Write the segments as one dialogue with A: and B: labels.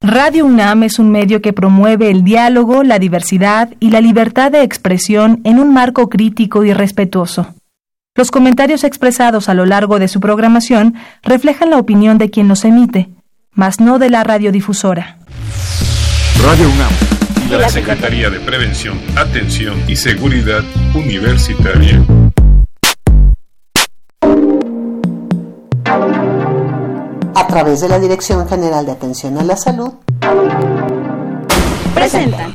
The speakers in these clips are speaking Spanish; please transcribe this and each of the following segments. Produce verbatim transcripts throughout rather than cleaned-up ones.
A: Radio UNAM es un medio que promueve el diálogo, la diversidad y la libertad de expresión en un marco crítico y respetuoso. Los comentarios expresados a lo largo de su programación reflejan la opinión de quien los emite, mas no de la radiodifusora.
B: Radio UNAM y la Secretaría de Prevención, Atención y Seguridad Universitaria.
C: A través de la Dirección General de Atención a la Salud,
D: presentan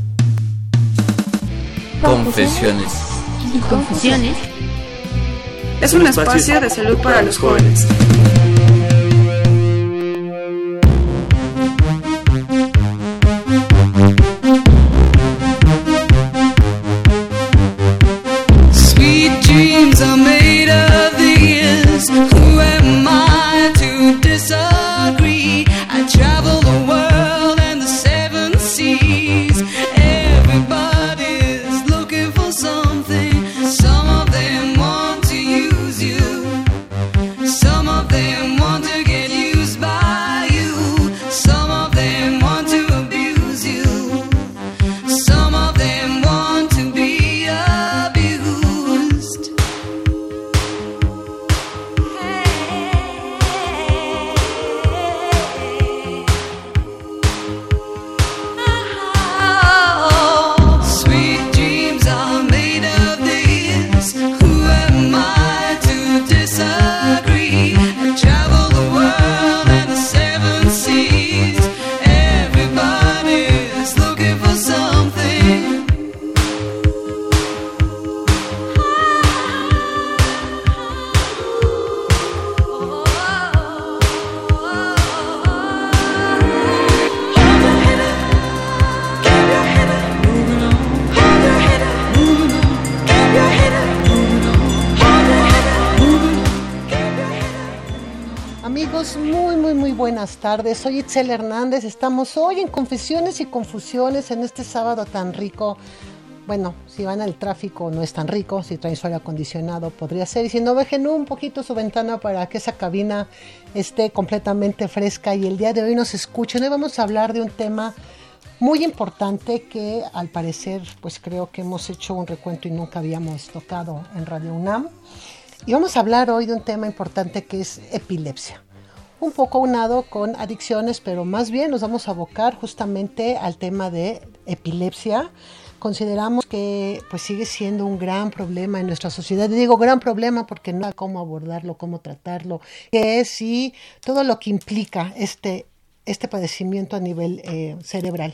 E: Confesiones
D: y Confusiones. Es un espacio de salud para los jóvenes.
F: Sweet dreams are made of these. Who am I to disagree? I travel the world and the seven seas. Everybody's looking for something. Some of them want to use you. Some of them want to get used by you. Some of them want to abuse you. Some of them want to be abused. Oh, sweet dreams are made of these. Who am I to disagree? I travel the world and the seven seas. Everybody's looking for something.
C: amigos, muy muy muy buenas tardes. Soy Itzel Hernández, estamos hoy en Confesiones y Confusiones en este sábado tan rico. Bueno, si van al tráfico no es tan rico, si traen su aire acondicionado podría ser, y si no, bajen un poquito su ventana para que esa cabina esté completamente fresca y el día de hoy nos escuchen. Hoy vamos a hablar de un tema muy importante que al parecer pues creo que hemos hecho un recuento y nunca habíamos tocado en Radio UNAM. Y vamos a hablar hoy de un tema importante que es epilepsia. Un poco aunado con adicciones, pero más bien nos vamos a abocar justamente al tema de epilepsia. Consideramos que pues sigue siendo un gran problema en nuestra sociedad. Y digo gran problema porque no sé cómo abordarlo, cómo tratarlo, qué es y todo lo que implica este, este padecimiento a nivel eh, cerebral.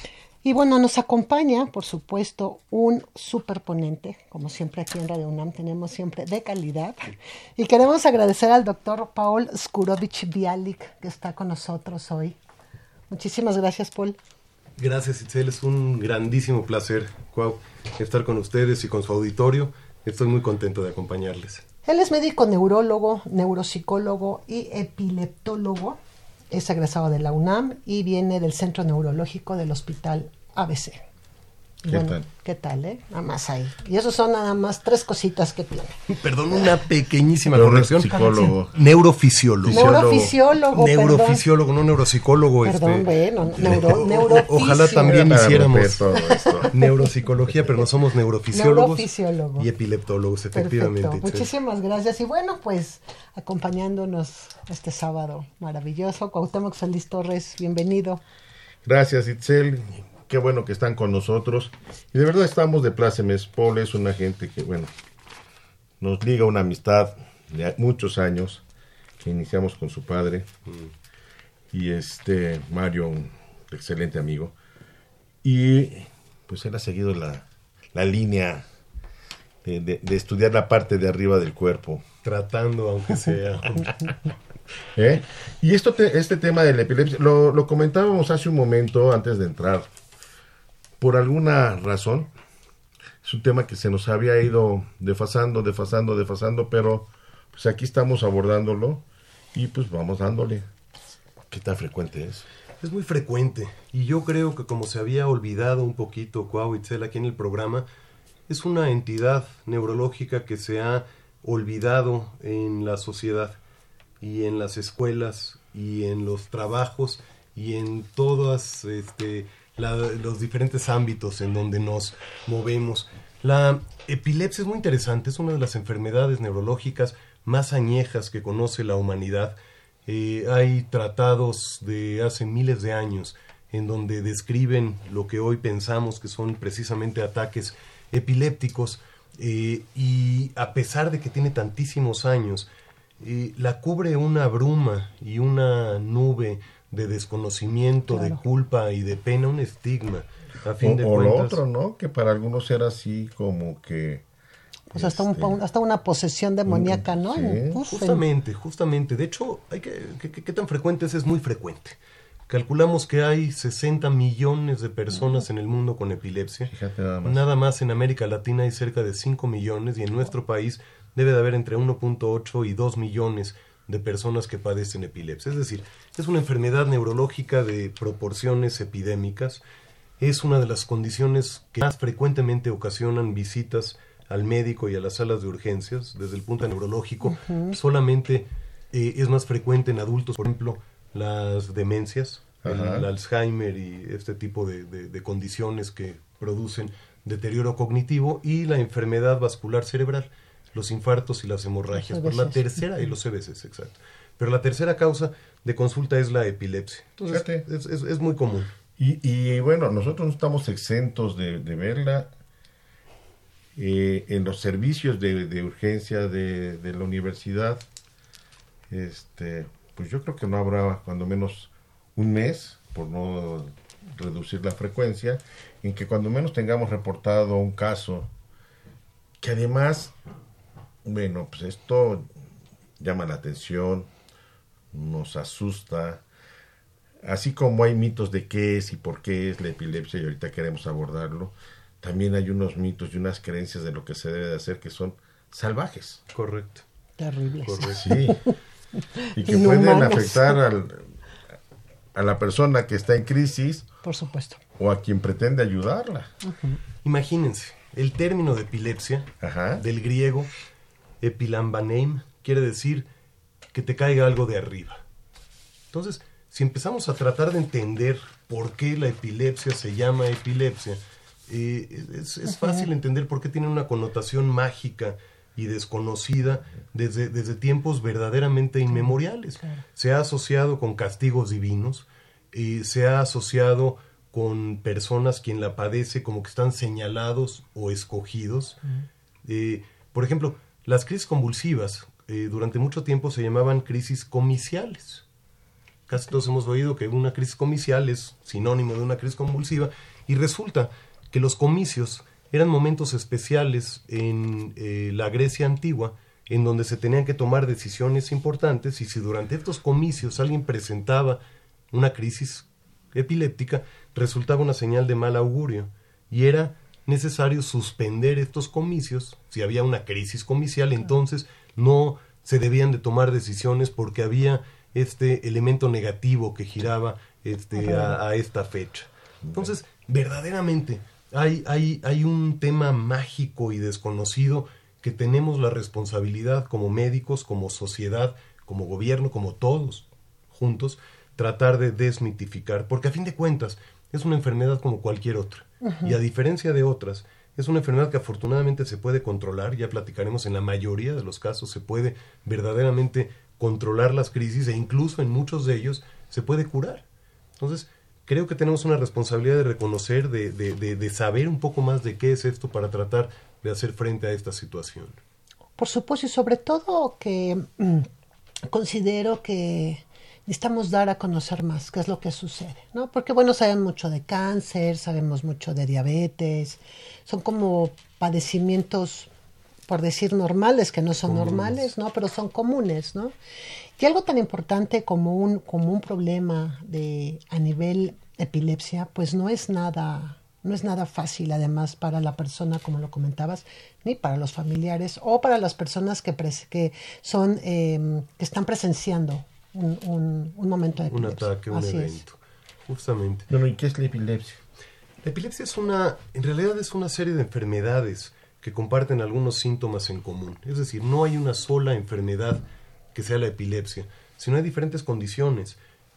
C: Y bueno, nos acompaña, por supuesto, un superponente, como siempre aquí en Radio UNAM tenemos siempre de calidad. Y queremos agradecer al doctor Paul Skurovich-Bialik que está con nosotros hoy. Muchísimas gracias, Paul.
G: Gracias, Itzel. Es un grandísimo placer, Cuau, estar con ustedes y con su auditorio. Estoy muy contento de acompañarles.
C: Él es médico neurólogo, neuropsicólogo y epileptólogo. Es egresado de la UNAM y viene del Centro Neurológico del Hospital A B C.
G: ¿Qué
C: bueno,
G: tal?
C: ¿Qué tal, eh? Nada más ahí. Y eso son nada más tres cositas que tiene.
G: Perdón, una pequeñísima
B: Pero
G: corrección.
B: psicólogo.
G: Neurofisiólogo.
C: Neurofisiólogo,
G: Neurofisiólogo,
C: perdón.
G: no neuropsicólogo.
C: Perdón,
G: este,
C: bueno, neuro,
G: o-
C: neurofisio.
G: Ojalá también
B: Para
G: hiciéramos
B: romper todo esto.
G: neuropsicología, pero no somos neurofisiólogos
C: Neurofisiólogo.
G: y epileptólogos, efectivamente.
C: Perfecto.
G: Itzel.
C: Muchísimas gracias. Y bueno, pues acompañándonos este sábado maravilloso, Cuauhtémoc Solís Torres, bienvenido.
H: Gracias, Itzel. Qué bueno que están con nosotros. Y de verdad estamos de plácemes. Paul es una gente que, bueno, nos liga una amistad de muchos años que iniciamos con su padre. Y este, Mario, un excelente amigo. Y pues él ha seguido la, la línea de, de, de estudiar la parte de arriba del cuerpo.
G: Tratando, aunque sea.
H: ¿Eh? Y esto te- este tema de la epilepsia, lo, lo comentábamos hace un momento antes de entrar. Por alguna razón, es un tema que se nos había ido desfasando, desfasando, desfasando, pero pues aquí estamos abordándolo y pues vamos dándole. ¿Qué tan frecuente es?
G: Es muy frecuente, y yo creo que como se había olvidado un poquito, Cuau, Itzel, aquí en el programa, es una entidad neurológica que se ha olvidado en la sociedad y en las escuelas y en los trabajos y en todos este, la, los diferentes ámbitos en donde nos movemos. La epilepsia es muy interesante, es una de las enfermedades neurológicas más añejas que conoce la humanidad. Eh, hay tratados de hace miles de años en donde describen lo que hoy pensamos que son precisamente ataques epilépticos, eh, y a pesar de que tiene tantísimos años, eh, la cubre una bruma y una nube de desconocimiento, claro, de culpa y de pena, un estigma. A fin
H: o,
G: de
H: o
G: cuentas,
H: lo otro, ¿no? Que para algunos era así como que...
C: Pues hasta, este, un, hasta una posesión demoníaca, ¿no?
H: Sí.
C: Uf,
G: justamente, justamente. De hecho, hay que, que, que, ¿qué tan frecuente es? Es muy frecuente. Calculamos que hay sesenta millones de personas en el mundo con epilepsia.
H: Fíjate nada más.
G: Nada más en América Latina hay cerca de cinco millones y en nuestro país debe de haber entre uno punto ocho y dos millones de personas que padecen epilepsia. Es decir, es una enfermedad neurológica de proporciones epidémicas. Es una de las condiciones que más frecuentemente ocasionan visitas al médico y a las salas de urgencias desde el punto neurológico. Uh-huh. Solamente eh, es más frecuente en adultos, por ejemplo, las demencias, el, el Alzheimer y este tipo de, de, de condiciones que producen deterioro cognitivo, y la enfermedad vascular cerebral, los infartos y las hemorragias. Por la tercera, y los C B Cs, exacto. Pero la tercera causa de consulta es la epilepsia. Entonces, es, es, es muy común.
H: Y, y bueno, nosotros no estamos exentos de, de verla eh, en los servicios de, de urgencia de, de la universidad. Este... pues yo creo que no habrá cuando menos un mes, por no reducir la frecuencia, en que cuando menos tengamos reportado un caso, que además, bueno, pues esto llama la atención, nos asusta, así como hay mitos de qué es y por qué es la epilepsia, y ahorita queremos abordarlo, también hay unos mitos y unas creencias de lo que se debe de hacer que son salvajes.
G: Correcto.
C: Terribles.
G: Correcto.
H: Sí. Y que Inhumanos. Pueden afectar al, a la persona que está en crisis,
C: por supuesto,
H: o a quien pretende ayudarla.
G: Uh-huh. Imagínense, el término de epilepsia, Ajá. del griego epilambaneim, quiere decir que te caiga algo de arriba. Entonces, si empezamos a tratar de entender por qué la epilepsia se llama epilepsia, eh, es, es fácil entender por qué tiene una connotación mágica y desconocida desde, desde tiempos verdaderamente inmemoriales. Claro. Se ha asociado con castigos divinos, eh, se ha asociado con personas quien la padece como que están señalados o escogidos. Uh-huh. Eh, por ejemplo, las crisis convulsivas eh, durante mucho tiempo se llamaban crisis comiciales. Casi todos hemos oído que una crisis comicial es sinónimo de una crisis convulsiva, y resulta que los comicios eran momentos especiales en eh, la Grecia antigua, en donde se tenían que tomar decisiones importantes, y si durante estos comicios alguien presentaba una crisis epiléptica, resultaba una señal de mal augurio, y era necesario suspender estos comicios. Si había una crisis comicial, entonces no se debían de tomar decisiones porque había este elemento negativo que giraba este, a, a esta fecha. Entonces, verdaderamente, Hay, hay, hay un tema mágico y desconocido que tenemos la responsabilidad como médicos, como sociedad, como gobierno, como todos juntos, tratar de desmitificar, porque a fin de cuentas es una enfermedad como cualquier otra. Uh-huh. Y a diferencia de otras, es una enfermedad que afortunadamente se puede controlar, ya platicaremos, en la mayoría de los casos se puede verdaderamente controlar las crisis, e incluso en muchos de ellos se puede curar. Entonces, creo que tenemos una responsabilidad de reconocer, de, de, de, de saber un poco más de qué es esto para tratar de hacer frente a esta situación.
C: Por supuesto, y sobre todo que mmm, considero que necesitamos dar a conocer más qué es lo que sucede, ¿no? Porque, bueno, sabemos mucho de cáncer, sabemos mucho de diabetes, son como padecimientos, por decir normales, que no son comunes. normales, ¿no? Pero son comunes, ¿no? Y algo tan importante como un, como un problema de, a nivel epilepsia, pues no es nada, no es nada fácil, además, para la persona, como lo comentabas, ni para los familiares o para las personas que, pres, que son, eh, que están presenciando un, un, un momento de epilepsia.
G: Un ataque, un
C: Así
G: evento,
C: es.
G: justamente.
H: Bueno, ¿y qué es la epilepsia?
G: La epilepsia es una, en realidad es una serie de enfermedades que comparten algunos síntomas en común. Es decir, no hay una sola enfermedad que sea la epilepsia, sino hay diferentes condiciones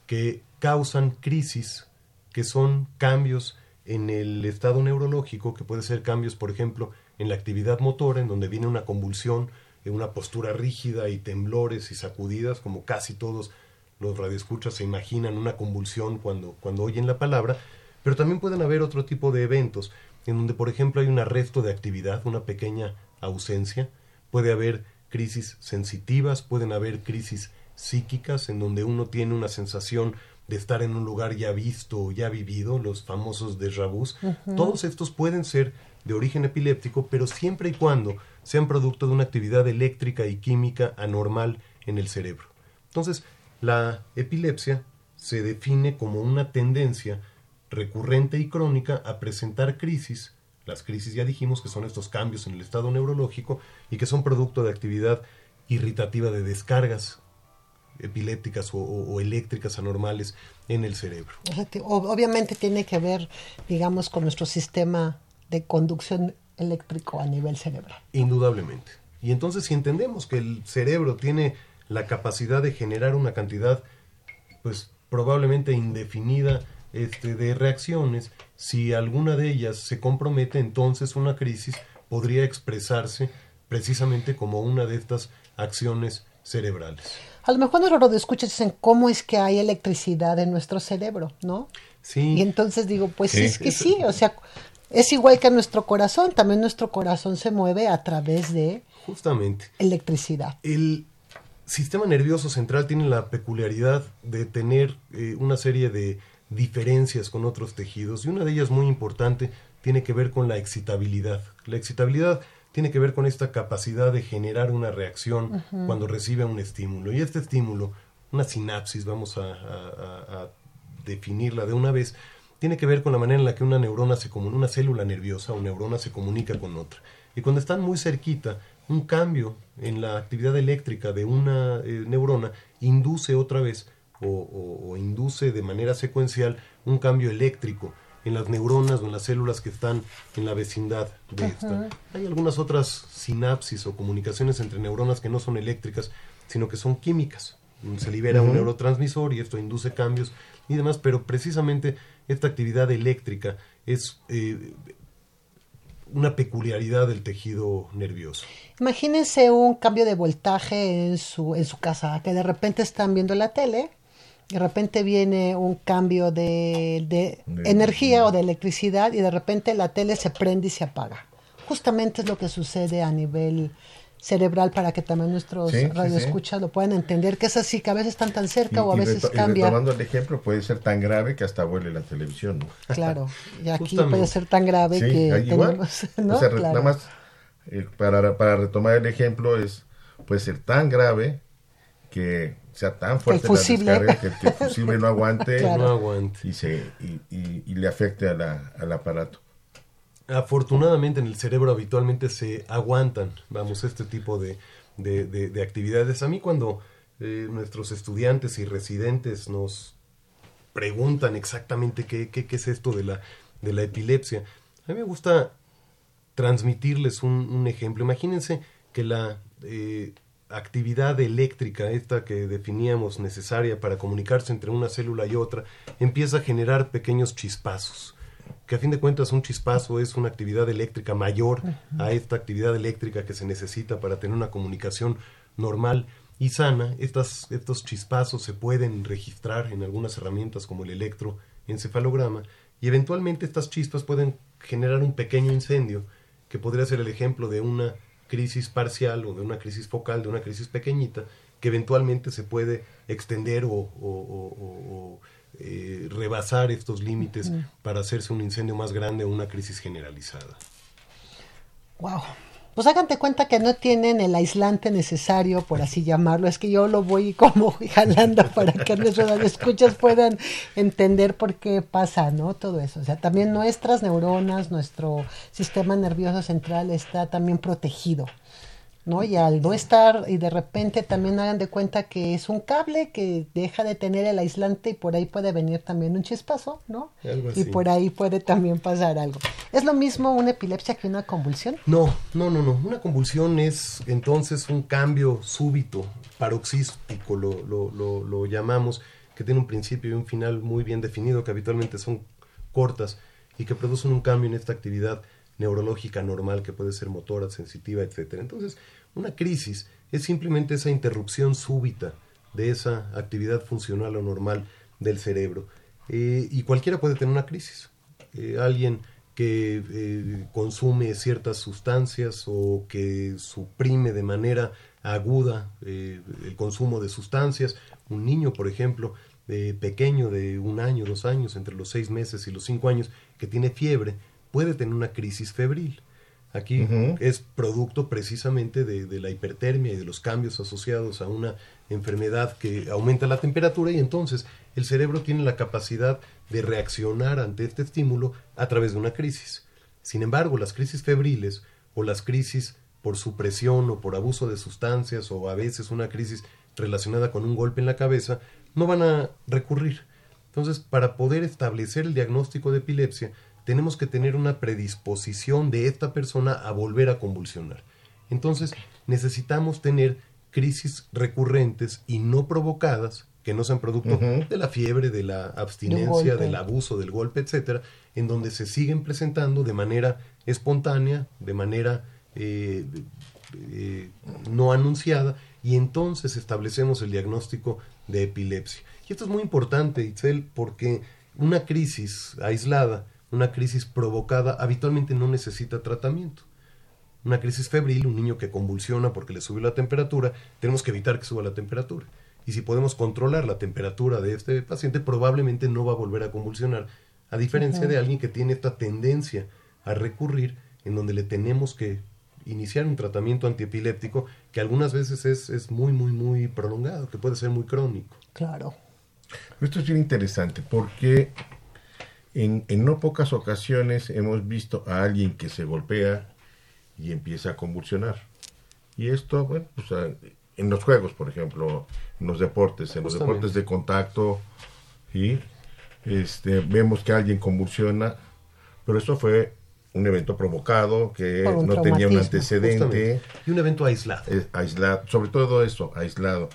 G: que causan crisis, que son cambios en el estado neurológico, que puede ser cambios, por ejemplo, en la actividad motora, en donde viene una convulsión, en una postura rígida y temblores y sacudidas, como casi todos los radioescuchas se imaginan una convulsión cuando, cuando oyen la palabra, pero también pueden haber otro tipo de eventos, en donde, por ejemplo, hay un arresto de actividad, una pequeña ausencia, puede haber crisis sensitivas, pueden haber crisis psíquicas, en donde uno tiene una sensación de estar en un lugar ya visto o ya vivido, los famosos déjà vus. Uh-huh. Todos estos pueden ser de origen epiléptico, pero siempre y cuando sean producto de una actividad eléctrica y química anormal en el cerebro. Entonces, la epilepsia se define como una tendencia recurrente y crónica a presentar crisis. Las crisis ya dijimos que son estos cambios en el estado neurológico y que son producto de actividad irritativa de descargas epilépticas o, o, o eléctricas anormales en el cerebro.
C: O sea, obviamente tiene que ver, digamos, con nuestro sistema de conducción eléctrico a nivel cerebral.
G: Indudablemente. Y entonces, si entendemos que el cerebro tiene la capacidad de generar una cantidad, pues probablemente indefinida, este, de reacciones, si alguna de ellas se compromete, entonces una crisis podría expresarse precisamente como una de estas acciones cerebrales.
C: A lo mejor los radioescuchas dicen cómo es que hay electricidad en nuestro cerebro, ¿no?
G: Sí.
C: Y entonces digo, pues
H: Sí.
C: es que sí, o sea, es igual que nuestro corazón, también nuestro corazón se mueve a través de
G: Justamente.
C: electricidad.
G: El sistema nervioso central tiene la peculiaridad de tener eh, una serie de diferencias con otros tejidos, y una de ellas muy importante tiene que ver con la excitabilidad. La excitabilidad tiene que ver con esta capacidad de generar una reacción uh-huh. cuando recibe un estímulo. Y este estímulo, una sinapsis, vamos a, a, a definirla de una vez, tiene que ver con la manera en la que una neurona se comunica, una célula nerviosa o neurona se comunica con otra. Y cuando están muy cerquita, un cambio en la actividad eléctrica de una eh, neurona induce otra vez o, o, o induce de manera secuencial un cambio eléctrico en las neuronas o en las células que están en la vecindad de esta. Uh-huh. Hay algunas otras sinapsis o comunicaciones entre neuronas que no son eléctricas, sino que son químicas. Se libera uh-huh. un neurotransmisor y esto induce cambios y demás, pero precisamente esta actividad eléctrica es eh, una peculiaridad del tejido nervioso.
C: Imagínense un cambio de voltaje en su, en su casa, que de repente están viendo la tele, de repente viene un cambio de, de, de energía o de electricidad y de repente la tele se prende y se apaga. Justamente es lo que sucede a nivel cerebral, para que también nuestros sí, radioescuchas sí, sí. lo puedan entender, que es así, que a veces están tan cerca y, o a veces
H: reto-
C: cambia.
H: Y retomando el ejemplo, puede ser tan grave que hasta huele la televisión, ¿no?
C: Claro, y aquí puede ser tan grave
H: sí,
C: que
H: igual,
C: tenemos, ¿no?
H: O sea,
C: claro.
H: nada más, eh, para, para retomar el ejemplo, es puede ser tan grave que sea tan fuerte la descarga que, que el fusible no aguante,
C: claro.
G: no aguante.
H: y, se, y, y, y le afecte a la, al aparato.
G: Afortunadamente en el cerebro habitualmente se aguantan, vamos, este tipo de, de, de, de actividades. A mí cuando eh, nuestros estudiantes y residentes nos preguntan exactamente qué, qué, qué es esto de la, de la epilepsia, a mí me gusta transmitirles un, un ejemplo. Imagínense que la eh, actividad eléctrica, esta que definíamos necesaria para comunicarse entre una célula y otra, empieza a generar pequeños chispazos, que a fin de cuentas un chispazo es una actividad eléctrica mayor uh-huh. a esta actividad eléctrica que se necesita para tener una comunicación normal y sana. Estas, estos chispazos se pueden registrar en algunas herramientas como el electroencefalograma, y eventualmente estas chispas pueden generar un pequeño incendio que podría ser el ejemplo de una crisis parcial o de una crisis focal, de una crisis pequeñita, que eventualmente se puede extender o, o, o, o eh, rebasar estos límites uh-huh. para hacerse un incendio más grande o una crisis generalizada.
C: Wow. Pues háganse cuenta que no tienen el aislante necesario, por así llamarlo. Es que yo lo voy como jalando para que nuestros radioescuchas puedan entender por qué pasa, ¿no? Todo eso. O sea, también nuestras neuronas, nuestro sistema nervioso central está también protegido, ¿no? Y al no estar, y de repente también hagan de cuenta que es un cable que deja de tener el aislante y por ahí puede venir también un chispazo, ¿no?
G: Algo así.
C: Y por ahí puede también pasar algo. ¿Es lo mismo una epilepsia que una convulsión?
G: No, no, no, no. Una convulsión es entonces un cambio súbito, paroxístico lo, lo, lo, lo llamamos, que tiene un principio y un final muy bien definido, que habitualmente son cortas y que producen un cambio en esta actividad neurológica normal que puede ser motora, sensitiva, etcétera. Entonces, una crisis es simplemente esa interrupción súbita de esa actividad funcional o normal del cerebro. Eh, y cualquiera puede tener una crisis. Eh, alguien que eh, consume ciertas sustancias o que suprime de manera aguda eh, el consumo de sustancias, un niño, por ejemplo, eh, pequeño de un año, dos años, entre los seis meses y los cinco años, que tiene fiebre, puede tener una crisis febril. Aquí uh-huh. es producto precisamente de, de la hipertermia y de los cambios asociados a una enfermedad que aumenta la temperatura, y entonces el cerebro tiene la capacidad de reaccionar ante este estímulo a través de una crisis. Sin embargo, las crisis febriles o las crisis por supresión o por abuso de sustancias o a veces una crisis relacionada con un golpe en la cabeza no van a recurrir. Entonces, para poder establecer el diagnóstico de epilepsia, tenemos que tener una predisposición de esta persona a volver a convulsionar. Entonces, necesitamos tener crisis recurrentes y no provocadas, que no sean producto uh-huh. de la fiebre, de la abstinencia, de del abuso, del golpe, etcétera, en donde se siguen presentando de manera espontánea, de manera eh, eh, no anunciada, y entonces establecemos el diagnóstico de epilepsia. Y esto es muy importante, Itzel, porque una crisis aislada, una crisis provocada, habitualmente no necesita tratamiento. Una crisis febril, un niño que convulsiona porque le subió la temperatura, tenemos que evitar que suba la temperatura. Y si podemos controlar la temperatura de este paciente, probablemente no va a volver a convulsionar, a diferencia uh-huh. de alguien que tiene esta tendencia a recurrir, en donde le tenemos que iniciar un tratamiento antiepiléptico que algunas veces es, es muy, muy, muy prolongado, que puede ser muy crónico.
C: Claro.
H: Esto es bien interesante porque en, en no pocas ocasiones hemos visto a alguien que se golpea y empieza a convulsionar. Y esto, bueno, pues en los juegos, por ejemplo, en los deportes, en los Justamente. deportes de contacto, ¿sí? este, vemos que alguien convulsiona, pero esto fue un evento provocado, que un no tenía un antecedente.
G: Justamente. Y un evento aislado.
H: Eh, aislado, sobre todo eso, aislado.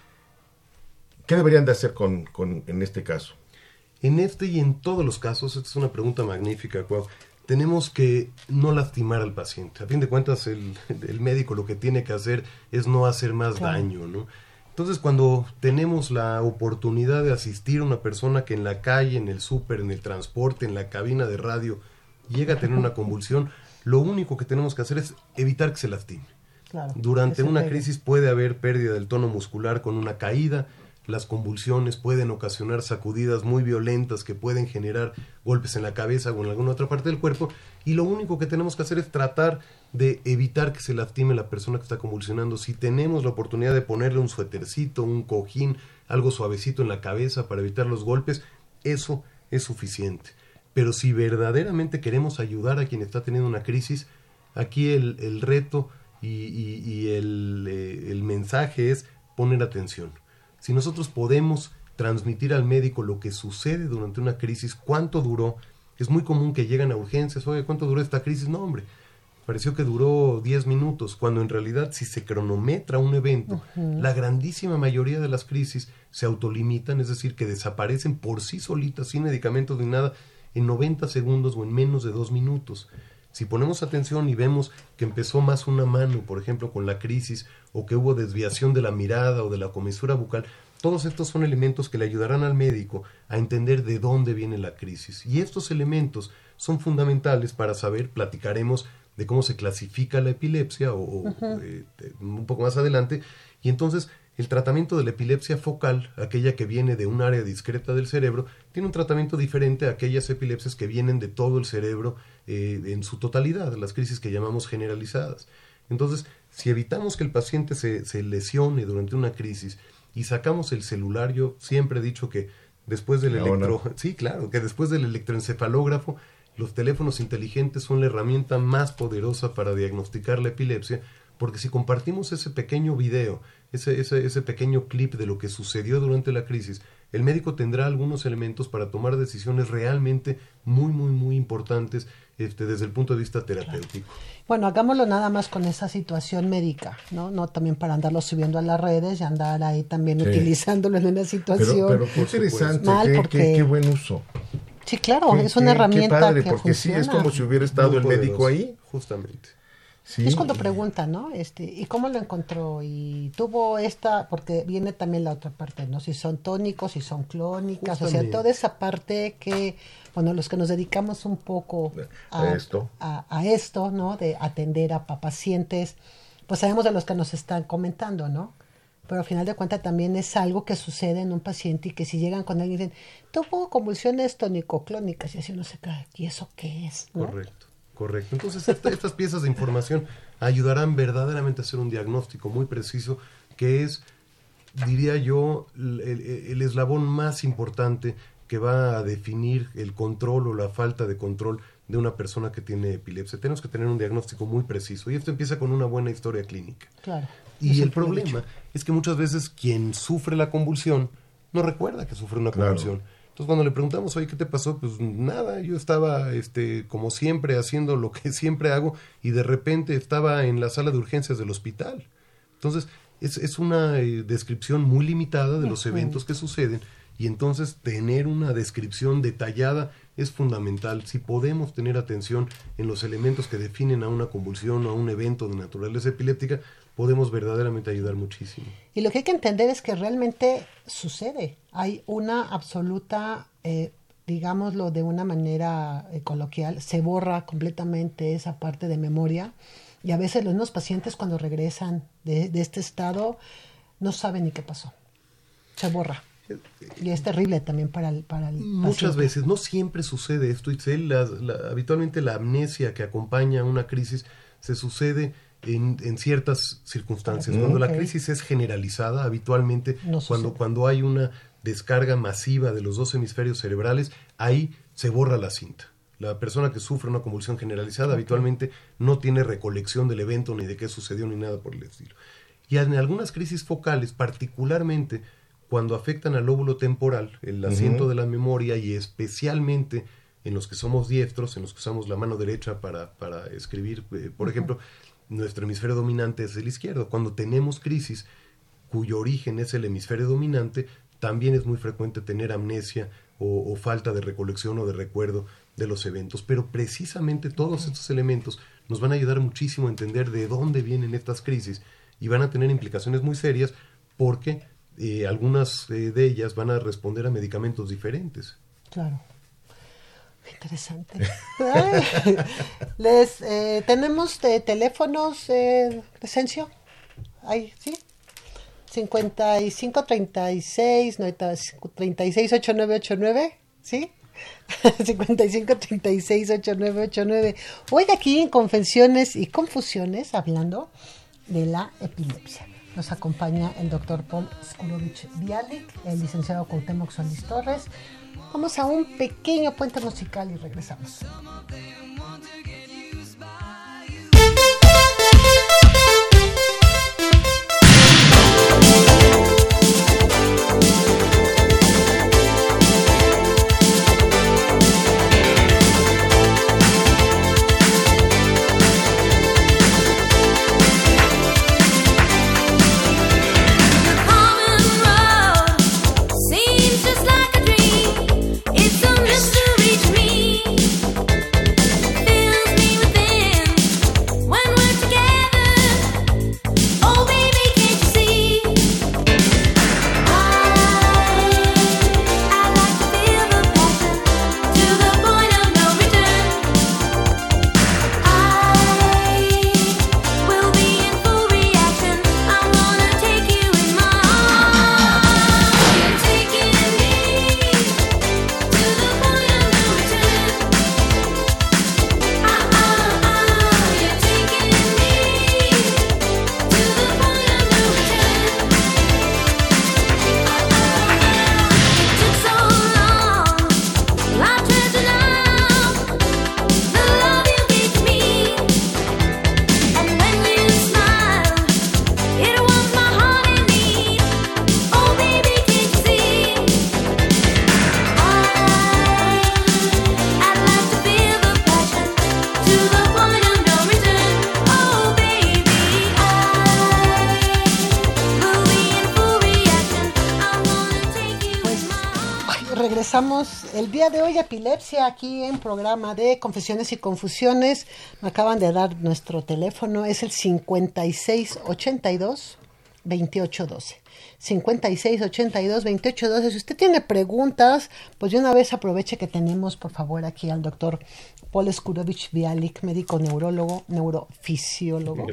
H: ¿Qué deberían de hacer con, con, en este caso?
G: En este y en todos los casos, esta es una pregunta magnífica, Cuau. Tenemos que no lastimar al paciente. A fin de cuentas, el, el médico lo que tiene que hacer es no hacer más claro. daño, ¿no? Entonces, cuando tenemos la oportunidad de asistir a una persona que en la calle, en el súper, en el transporte, en la cabina de radio, llega a tener una convulsión, lo único que tenemos que hacer es evitar que se lastime.
C: Claro,
G: Durante una crisis puede haber pérdida del tono muscular con una caída. Las convulsiones pueden ocasionar sacudidas muy violentas que pueden generar golpes en la cabeza o en alguna otra parte del cuerpo, y lo único que tenemos que hacer es tratar de evitar que se lastime la persona que está convulsionando. Si tenemos la oportunidad de ponerle un suétercito, un cojín, algo suavecito en la cabeza para evitar los golpes, eso es suficiente. Pero si verdaderamente queremos ayudar a quien está teniendo una crisis, aquí el, el reto y, y, y el, eh, el mensaje es poner atención. Si nosotros podemos transmitir al médico lo que sucede durante una crisis, cuánto duró, es muy común que llegan a urgencias, oye, ¿cuánto duró esta crisis? No, hombre, pareció que duró diez minutos, cuando en realidad si se cronometra un evento, uh-huh. la grandísima mayoría de las crisis se autolimitan, es decir, que desaparecen por sí solitas, sin medicamentos ni nada, en noventa segundos o en menos de dos minutos. Si ponemos atención y vemos que empezó más una mano, por ejemplo, con la crisis, o que hubo desviación de la mirada o de la comisura bucal, todos estos son elementos que le ayudarán al médico a entender de dónde viene la crisis. Y estos elementos son fundamentales para saber, platicaremos de cómo se clasifica la epilepsia, o, uh-huh. eh, un poco más adelante, y entonces el tratamiento de la epilepsia focal, aquella que viene de un área discreta del cerebro, tiene un tratamiento diferente a aquellas epilepsias que vienen de todo el cerebro eh, en su totalidad, las crisis que llamamos generalizadas. Entonces, si evitamos que el paciente se, se lesione durante una crisis y sacamos el celular, yo siempre he dicho que después del
H: no,
G: electro...
H: no.
G: Sí, claro, que después del electroencefalógrafo, los teléfonos inteligentes son la herramienta más poderosa para diagnosticar la epilepsia, porque si compartimos ese pequeño video, ese, ese, ese pequeño clip de lo que sucedió durante la crisis, el médico tendrá algunos elementos para tomar decisiones realmente muy, muy, muy importantes este, desde el punto de vista terapéutico.
C: Claro. Bueno, hagámoslo nada más con esa situación médica, ¿no? No también para andarlo subiendo a las redes y andar ahí también sí. utilizándolo en una situación.
H: Pero, pero qué interesante,
C: mal
H: qué,
C: porque...
H: qué, qué buen uso.
C: Sí, claro,
H: qué,
C: es una
H: qué,
C: herramienta
H: qué padre,
C: que
H: porque
C: funciona.
H: sí, es como si hubiera estado
G: muy
H: el
G: poderoso,
H: médico ahí.
G: Justamente.
H: Sí.
C: Es cuando preguntan, ¿no? Este, ¿y cómo lo encontró? Y tuvo esta, porque viene también la otra parte, ¿no? Si son tónicos, si son clónicas, justamente. O sea, toda esa parte que, bueno, los que nos dedicamos un poco a,
H: a esto,
C: a, a esto, ¿no? De atender a, a pacientes, pues sabemos de los que nos están comentando, ¿no? Pero al final de cuentas también es algo que sucede en un paciente y que si llegan con él y dicen, tuvo convulsiones tónico-clónicas, y así uno se cae, ¿y eso qué es? ¿No?
G: Correcto. Correcto. Entonces, esta, estas piezas de información ayudarán verdaderamente a hacer un diagnóstico muy preciso, que es, diría yo, el, el eslabón más importante que va a definir el control o la falta de control de una persona que tiene epilepsia. Tenemos que tener un diagnóstico muy preciso y esto empieza con una buena historia clínica.
C: Claro.
G: Y el problema es que muchas veces quien sufre la convulsión no recuerda que sufre una convulsión. Claro. Entonces, cuando le preguntamos, oye, ¿qué te pasó? Pues nada, yo estaba, este, como siempre, haciendo lo que siempre hago y de repente estaba en la sala de urgencias del hospital. Entonces, es, es una eh, descripción muy limitada de los eventos que suceden y entonces tener una descripción detallada es fundamental. Si podemos tener atención en los elementos que definen a una convulsión o a un evento de naturaleza epiléptica, podemos verdaderamente ayudar muchísimo.
C: Y lo que hay que entender es que realmente sucede. Hay una absoluta, eh, digámoslo de una manera eh, coloquial, se borra completamente esa parte de memoria y a veces los mismos pacientes cuando regresan de, de este estado no saben ni qué pasó. Se borra. Y es terrible también para el, para el
G: Muchas
C: paciente.
G: veces, no siempre sucede esto, Itzel, la, la, habitualmente la amnesia que acompaña a una crisis se sucede En, en ciertas circunstancias. Cuando okay. la crisis es generalizada, habitualmente no cuando, cuando hay una descarga masiva de los dos hemisferios cerebrales, ahí se borra la cinta. La persona que sufre una convulsión generalizada okay. habitualmente no tiene recolección del evento, ni de qué sucedió, ni nada por el estilo. Y en algunas crisis focales, particularmente cuando afectan al lóbulo temporal, el asiento uh-huh. de la memoria, y especialmente en los que somos diestros, en los que usamos la mano derecha para, para escribir, eh, por uh-huh. ejemplo, nuestro hemisferio dominante es el izquierdo. Cuando tenemos crisis cuyo origen es el hemisferio dominante, también es muy frecuente tener amnesia o, o falta de recolección o de recuerdo de los eventos. Pero precisamente todos estos elementos nos van a ayudar muchísimo a entender de dónde vienen estas crisis y van a tener implicaciones muy serias porque eh, algunas eh, de ellas van a responder a medicamentos diferentes.
C: Claro. Interesante. Ay, les eh, tenemos de teléfonos, eh, Crescencio. Ahí, sí. cincuenta y cinco treinta y seis treinta y seis ochenta y nueve ochenta y nueve, ¿sí? cincuenta y cinco treinta y seis ochenta y nueve ochenta y nueve. Hoy aquí en Confesiones y Confusiones hablando de la epilepsia. Nos acompaña el doctor Paul Skulovich Bialik, el licenciado Cuauhtémoc Solís Torres. Vamos a un pequeño puente musical y regresamos.
F: Feels
C: regresamos el día de hoy a Epilepsia aquí en programa de Confesiones y Confusiones. Me acaban de dar nuestro teléfono, es el cincuenta y seis ochenta y dos veintiocho doce. cincuenta y seis ochenta y dos veintiocho doce. Si usted tiene preguntas, pues de una vez aproveche que tenemos, por favor, aquí al doctor Paul Skurovich Bialik, médico neurólogo, neurofisiólogo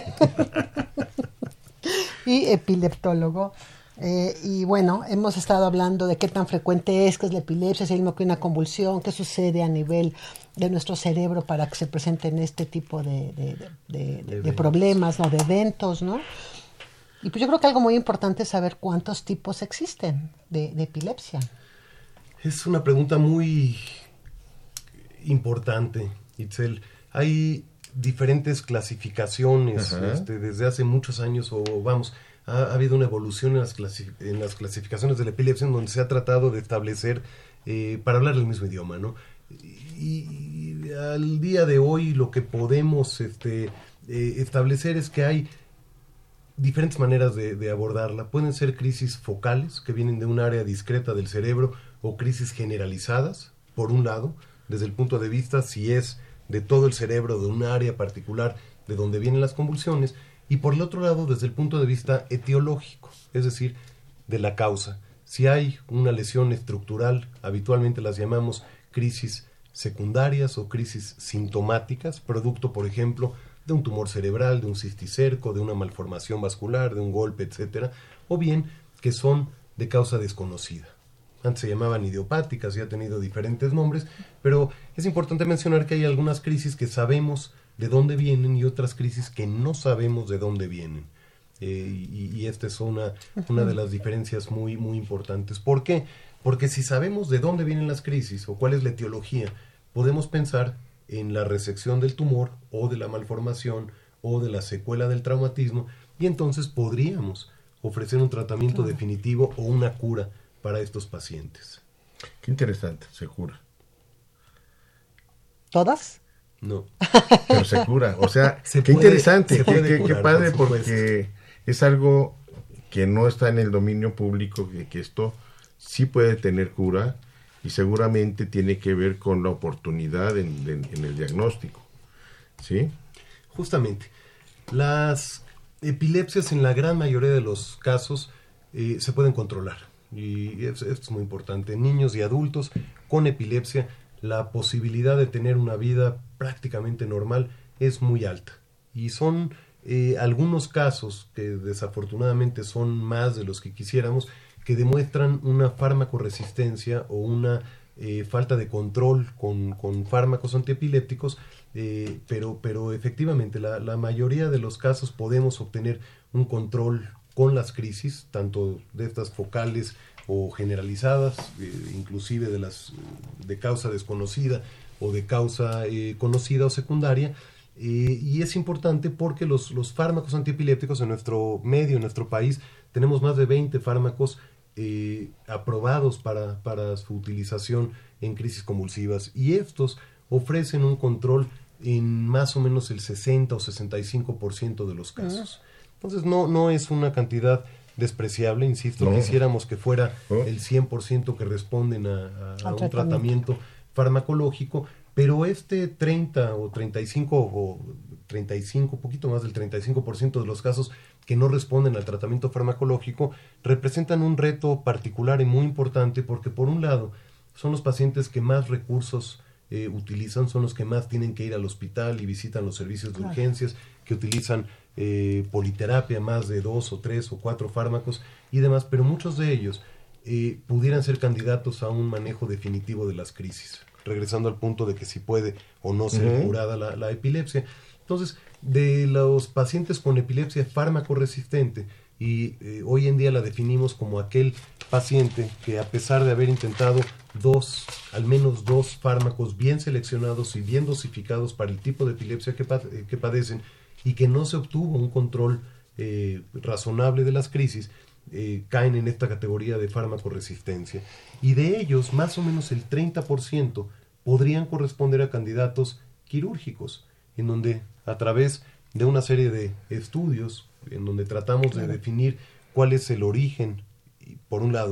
C: y epileptólogo. Eh, y bueno, hemos estado hablando de qué tan frecuente es, qué es la epilepsia, si hay mismo que una convulsión, qué sucede a nivel de nuestro cerebro para que se presenten este tipo de, de, de, de, de problemas, ¿no? De eventos, ¿no? Y pues yo creo que algo muy importante es saber cuántos tipos existen de, de epilepsia.
G: Es una pregunta muy importante, Itzel. Hay diferentes clasificaciones este, desde hace muchos años, o vamos, ha, ha habido una evolución en las, clasi- en las clasificaciones de la epilepsia en donde se ha tratado de establecer, eh, para hablar el mismo idioma, ¿no? Y, y al día de hoy lo que podemos este, eh, establecer es que hay diferentes maneras de, de abordarla. Pueden ser crisis focales, que vienen de un área discreta del cerebro, o crisis generalizadas, por un lado, desde el punto de vista si es de todo el cerebro, de un área particular de donde vienen las convulsiones, y por el otro lado, desde el punto de vista etiológico, es decir, de la causa. Si hay una lesión estructural, habitualmente las llamamos crisis secundarias o crisis sintomáticas, producto, por ejemplo, de un tumor cerebral, de un cisticerco, de una malformación vascular, de un golpe, etcétera, o bien que son de causa desconocida. Antes se llamaban idiopáticas y ha tenido diferentes nombres, pero es importante mencionar que hay algunas crisis que sabemos de dónde vienen y otras crisis que no sabemos de dónde vienen. Eh, y, y esta es una, una de las diferencias muy, muy importantes. ¿Por qué? Porque si sabemos de dónde vienen las crisis o cuál es la etiología, podemos pensar en la resección del tumor o de la malformación o de la secuela del traumatismo, y entonces podríamos ofrecer un tratamiento claro. definitivo o una cura para estos pacientes.
H: Qué interesante, se cura.
C: ¿Todas?
G: No.
H: Pero se cura, o sea,
G: se
H: qué
G: puede,
H: interesante, qué,
G: qué,
H: curar, qué padre,
G: por
H: porque es algo que no está en el dominio público, que, que esto sí puede tener cura, y seguramente tiene que ver con la oportunidad en, en, en el diagnóstico, ¿sí?
G: Justamente. Las epilepsias en la gran mayoría de los casos eh, se pueden controlar, y esto es muy importante. En niños y adultos con epilepsia, la posibilidad de tener una vida prácticamente normal es muy alta, y son eh, algunos casos que desafortunadamente son más de los que quisiéramos, que demuestran una farmacoresistencia o una eh, falta de control con, con fármacos antiepilépticos, eh, pero, pero efectivamente la, la mayoría de los casos podemos obtener un control con las crisis, tanto de estas focales o generalizadas, eh, inclusive de las de causa desconocida o de causa eh, conocida o secundaria. Eh, y es importante porque los, los fármacos antiepilépticos en nuestro medio, en nuestro país, tenemos más de veinte fármacos eh, aprobados para, para su utilización en crisis convulsivas, y estos ofrecen un control en más o menos el sesenta o sesenta y cinco por ciento de los casos. Entonces no, no es una cantidad despreciable, insisto, no. Quisiéramos que fuera oh. el cien por ciento que responden a, a, a un tratamiento. tratamiento farmacológico, pero este treinta o treinta y cinco o treinta y cinco, poquito más del treinta y cinco por ciento de los casos que no responden al tratamiento farmacológico representan un reto particular y muy importante, porque por un lado son los pacientes que más recursos eh, utilizan, son los que más tienen que ir al hospital y visitan los servicios de claro. urgencias, que utilizan eh, politerapia, más de dos o tres o cuatro fármacos y demás, pero muchos de ellos eh, pudieran ser candidatos a un manejo definitivo de las crisis, regresando al punto de que si puede o no ser uh-huh. curada la, la epilepsia. Entonces, de los pacientes con epilepsia fármaco-resistente, y eh, hoy en día la definimos como aquel paciente que, a pesar de haber intentado dos, al menos dos fármacos bien seleccionados y bien dosificados para el tipo de epilepsia que, pa- que padecen, y que no se obtuvo un control eh, razonable de las crisis, eh, caen en esta categoría de fármaco-resistencia. Y de ellos, más o menos el treinta por ciento podrían corresponder a candidatos quirúrgicos, en donde a través de una serie de estudios, en donde tratamos de definir cuál es el origen, por un lado,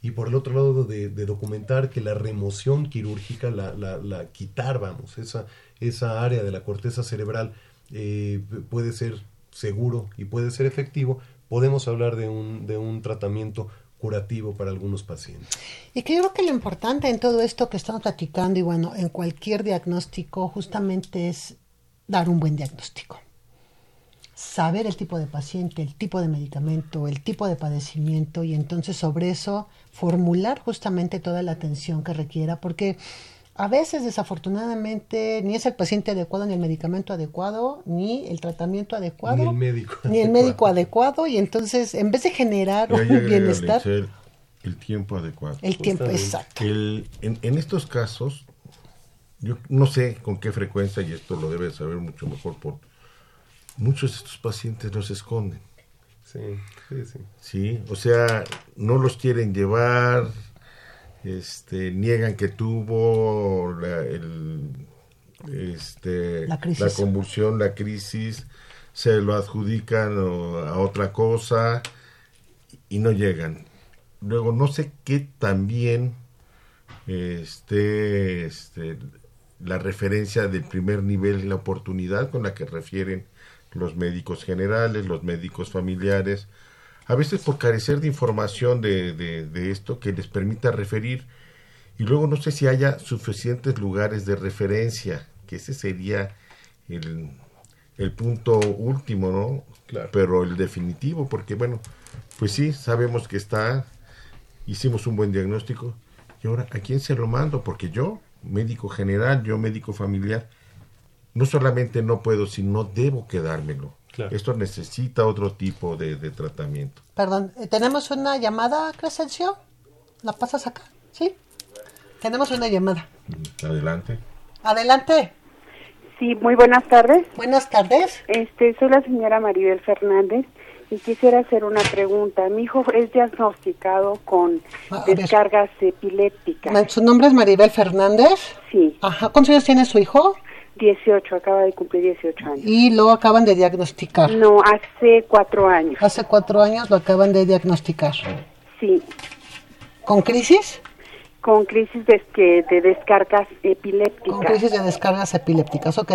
G: y por el otro lado de, de documentar que la remoción quirúrgica, la, la, la quitar, vamos, esa, esa área de la corteza cerebral eh, puede ser seguro y puede ser efectivo, podemos hablar de un, de un tratamiento curativo para algunos pacientes.
C: Y que yo creo que lo importante en todo esto que estamos platicando y bueno, en cualquier diagnóstico justamente es dar un buen diagnóstico. Saber el tipo de paciente, el tipo de medicamento, el tipo de padecimiento y entonces sobre eso formular justamente toda la atención que requiera, porque a veces desafortunadamente ni es el paciente adecuado, ni el medicamento adecuado, ni el tratamiento adecuado,
G: ni el médico
C: ni el médico adecuado y entonces en vez de generar
H: Y ahí
C: un
H: agrégale,
C: bienestar,
H: Itzel, el tiempo adecuado.
C: el tiempo exacto.
H: El, en, en estos casos, yo no sé con qué frecuencia, y esto lo debe saber mucho mejor, por muchos de estos pacientes los esconden.
G: Sí, sí, sí.
H: Sí, o sea, no los quieren llevar, este, niegan que tuvo la, el, este,
C: La crisis.
H: la convulsión, la crisis, se lo adjudican o, a otra cosa y no llegan. Luego, no sé qué también este, este, la referencia del primer nivel, la oportunidad con la que refieren los médicos generales, los médicos familiares, a veces por carecer de información de, de, de esto que les permita referir, y luego no sé si haya suficientes lugares de referencia, que ese sería el, el punto último, ¿no?
G: Claro.
H: Pero el definitivo, porque bueno, pues sí, sabemos que está, hicimos un buen diagnóstico, y ahora, ¿a quién se lo mando? Porque yo, médico general, yo médico familiar, no solamente no puedo, sino debo quedármelo.
G: Claro.
H: Esto necesita otro tipo de, de tratamiento.
C: Perdón, eh, ¿tenemos una llamada, Crescencio? ¿La pasas acá? ¿Sí? Tenemos una llamada.
H: Adelante.
C: Adelante.
E: Sí, muy buenas tardes.
C: Buenas tardes.
E: Este, soy la señora Maribel Fernández y quisiera hacer una pregunta. Mi hijo es diagnosticado con
C: A ver.
E: descargas epilépticas.
C: ¿Su nombre es Maribel Fernández?
E: Sí,
C: Ajá. ¿Cuántos años tiene su hijo?
E: dieciocho, acaba de cumplir dieciocho años.
C: Y lo acaban de diagnosticar.
E: No, hace cuatro años.
C: Hace cuatro años lo acaban de diagnosticar.
E: Sí,
C: ¿Con crisis?
E: con crisis de, que- de descargas epilépticas.
C: Con crisis de descargas epilépticas, ok.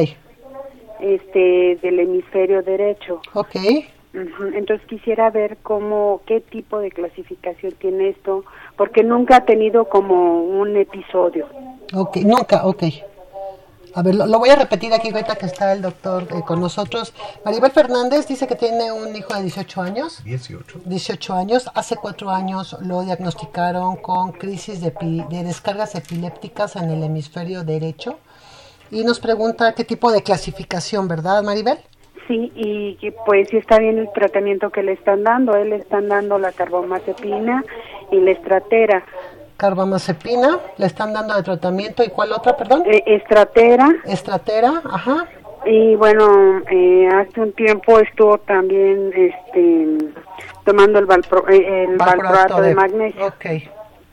E: Este, del hemisferio derecho.
C: Ok.
E: Ujú. Entonces quisiera ver cómo, qué tipo de clasificación tiene esto, porque nunca ha tenido como un episodio.
C: Ok, nunca, ok. A ver, lo, lo voy a repetir aquí ahorita que está el doctor eh, con nosotros. Maribel Fernández dice que tiene un hijo de dieciocho años.
G: dieciocho.
C: dieciocho años. Hace cuatro años lo diagnosticaron con crisis de, epi- de descargas epilépticas en el hemisferio derecho. Y nos pregunta qué tipo de clasificación, ¿verdad, Maribel?
E: Sí, y que, pues sí está bien el tratamiento que le están dando. Él le están dando la carbamazepina y la estratera.
C: Carbamazepina, le están dando de tratamiento. ¿Y cuál otra, perdón?
E: Eh, estratera.
C: Estratera, ajá.
E: Y bueno, eh, hace un tiempo estuvo también este tomando el, valpro, eh, el valproato de magnesio.
C: Ok. ¿Qué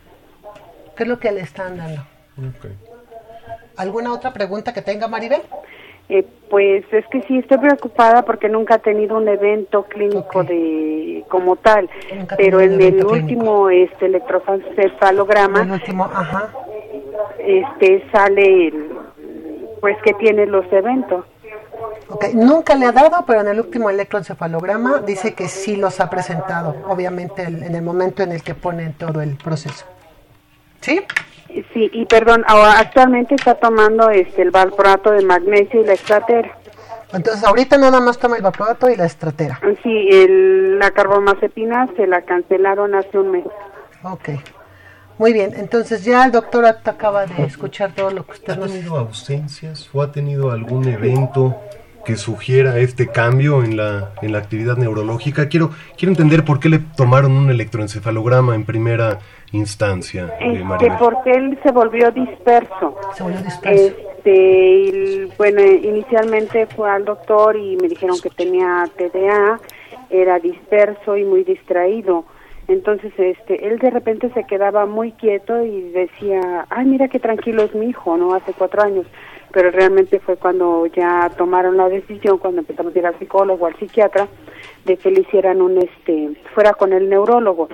C: es lo que le están dando?
G: Okay.
C: ¿Alguna otra pregunta que tenga, Maribel?
E: Eh, pues es que sí, estoy preocupada porque nunca ha tenido un evento clínico
C: Ok.
E: de como tal,
C: Nunca ha
E: pero
C: tenido un
E: en el
C: evento
E: último este
C: El
E: electrocefalograma
C: último, ajá.
E: este sale el, pues que tiene los eventos.
C: Ok, nunca le ha dado, pero en el último electroencefalograma dice que sí los ha presentado, obviamente el- en el momento en el que ponen todo el proceso. ¿Sí?
E: Sí, y perdón, ahora actualmente está tomando este el valproato de magnesio y la estratera.
C: Entonces ahorita nada más toma el valproato y la estratera.
E: Sí, el, la carbamazepina se la cancelaron hace un mes.
C: Ok. Muy bien, entonces ya el doctor at- acaba de escuchar todo lo que usted
G: ¿Ha
C: nos...
G: tenido ausencias o ha tenido algún evento que sugiera este cambio en la, en la actividad neurológica? Quiero, quiero entender por qué le tomaron un electroencefalograma en primera instancia, eh,
E: Este,
G: Maribel.
E: porque él se volvió disperso.
C: Se volvió disperso.
E: Este, y, bueno, inicialmente fue al doctor y me dijeron que tenía T D A, era disperso y muy distraído. Entonces, este, él de repente se quedaba muy quieto y decía, ay, mira qué tranquilo es mi hijo, ¿no? Hace cuatro años. Pero realmente fue cuando ya tomaron la decisión, cuando empezamos a ir al psicólogo, al psiquiatra, de que le hicieran un, este, fuera con el neurólogo.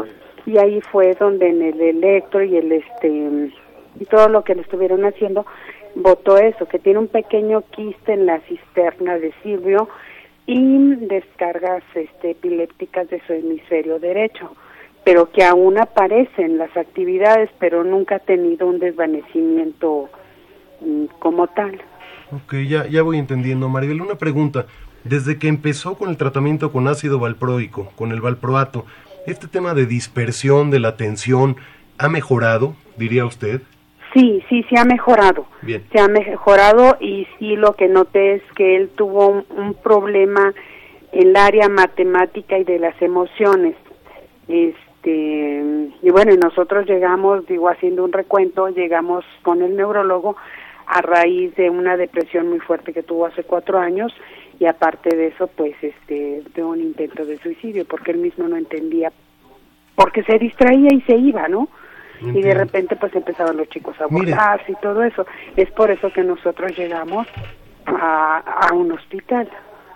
E: y ahí fue donde en el electro y el este y todo lo que le estuvieron haciendo votó eso, que tiene un pequeño quiste en la cisterna de Silvio y descargas este, epilépticas de su hemisferio derecho, pero que aún aparecen las actividades, pero nunca ha tenido un desvanecimiento mm, como tal.
G: Ok, ya, ya voy entendiendo. Maribel, una pregunta. Desde que empezó con el tratamiento con ácido valproico, con el valproato, ¿este tema de dispersión de la atención ha mejorado, diría usted?
E: Sí, sí, sí ha mejorado.
G: Bien.
E: Se ha mejorado y sí lo que noté es que él tuvo un, un problema en el área matemática y de las emociones. Este, y bueno, y nosotros llegamos, digo, haciendo un recuento, llegamos con el neurólogo a raíz de una depresión muy fuerte que tuvo hace cuatro años y aparte de eso, pues, este, de un intento de suicidio, porque él mismo no entendía, porque se distraía y se iba, ¿no? Entiendo. Y de repente pues empezaban los chicos a burlarse y todo eso. Es por eso que nosotros llegamos a, a un hospital.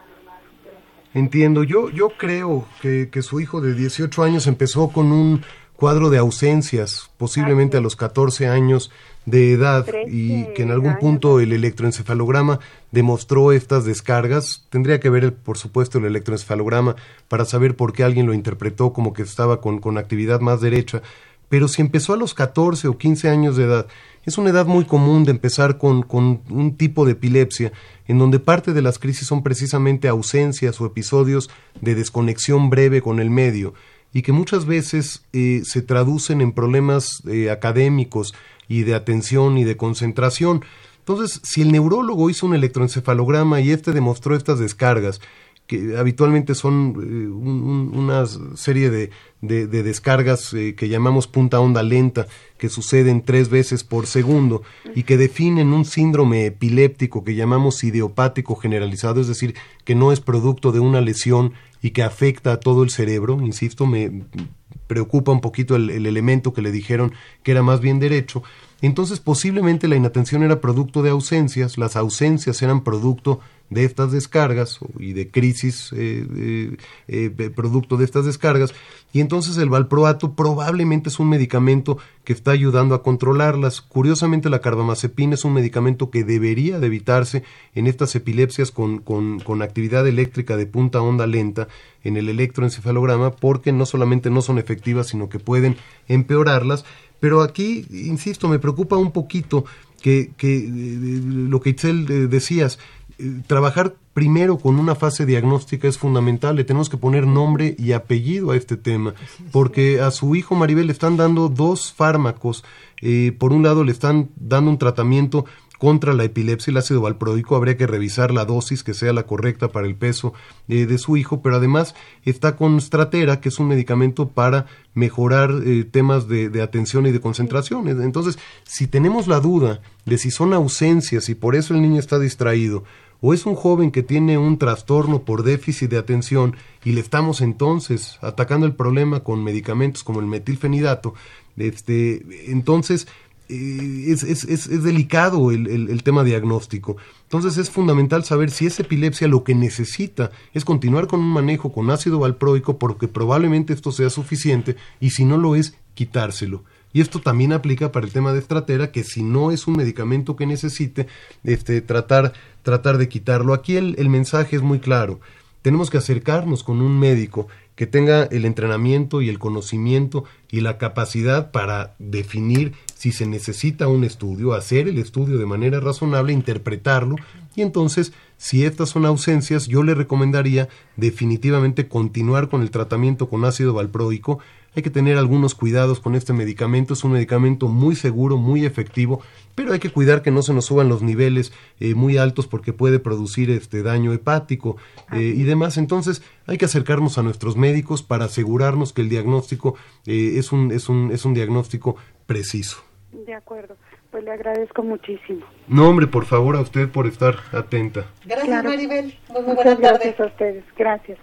G: Entiendo, yo yo creo que, que su hijo de dieciocho años empezó con un cuadro de ausencias, posiblemente a los catorce años de edad, y que en algún punto el electroencefalograma demostró estas descargas. Tendría que ver, por supuesto, el electroencefalograma para saber por qué alguien lo interpretó como que estaba con, con actividad más derecha. Pero si empezó a los catorce o quince años de edad, es una edad muy común de empezar con, con un tipo de epilepsia, en donde parte de las crisis son precisamente ausencias o episodios de desconexión breve con el medio, y que muchas veces eh, se traducen en problemas eh, académicos y de atención y de concentración. Entonces, si el neurólogo hizo un electroencefalograma y este demostró estas descargas, que habitualmente son eh, un, un, una serie de, de, de descargas eh, que llamamos punta onda lenta, que suceden tres veces por segundo y que definen un síndrome epiléptico que llamamos idiopático generalizado, es decir, que no es producto de una lesión y que afecta a todo el cerebro. Insisto, me preocupa un poquito el, el elemento que le dijeron que era más bien derecho. Entonces posiblemente la inatención era producto de ausencias, las ausencias eran producto de estas descargas y de crisis eh, eh, eh, producto de estas descargas, y entonces el valproato probablemente es un medicamento que está ayudando a controlarlas. Curiosamente, la carbamazepina es un medicamento que debería de evitarse en estas epilepsias con, con, con actividad eléctrica de punta onda lenta en el electroencefalograma, porque no solamente no son efectivas, sino que pueden empeorarlas. Pero aquí, insisto, me preocupa un poquito que, que eh, lo que Itzel eh, decías, eh, trabajar primero con una fase diagnóstica es fundamental. Le tenemos que poner nombre y apellido a este tema, porque a su hijo Maribel le están dando dos fármacos. Eh, por un lado le están dando un tratamiento contra la epilepsia, el ácido valproico. Habría que revisar la dosis que sea la correcta para el peso eh, de su hijo, pero además está con Stratera, que es un medicamento para mejorar eh, temas de, de atención y de concentración. Entonces, si tenemos la duda de si son ausencias y por eso el niño está distraído, o es un joven que tiene un trastorno por déficit de atención y le estamos entonces atacando el problema con medicamentos como el metilfenidato, este, entonces Es, es, es, es delicado el, el, el tema diagnóstico. Entonces es fundamental saber si esa epilepsia lo que necesita es continuar con un manejo con ácido valproico, porque probablemente esto sea suficiente, y si no lo es, quitárselo. Y esto también aplica para el tema de Stratera, que si no es un medicamento que necesite, este, tratar, tratar de quitarlo. Aquí el, el mensaje es muy claro. Tenemos que acercarnos con un médico que tenga el entrenamiento y el conocimiento y la capacidad para definir si se necesita un estudio, hacer el estudio de manera razonable, interpretarlo, y entonces, si estas son ausencias, yo le recomendaría definitivamente continuar con el tratamiento con ácido valproico. Hay que tener algunos cuidados con este medicamento. Es un medicamento muy seguro, muy efectivo, pero hay que cuidar que no se nos suban los niveles eh, muy altos, porque puede producir este daño hepático eh, y demás. Entonces hay que acercarnos a nuestros médicos para asegurarnos que el diagnóstico eh, es un es un es un diagnóstico preciso.
E: De acuerdo, pues le agradezco muchísimo.
G: No, hombre, por favor, a usted por estar atenta.
C: Gracias,
E: Claro.
C: Maribel. Muy, muy
E: Muchas
C: buena tarde.
E: gracias a ustedes, gracias.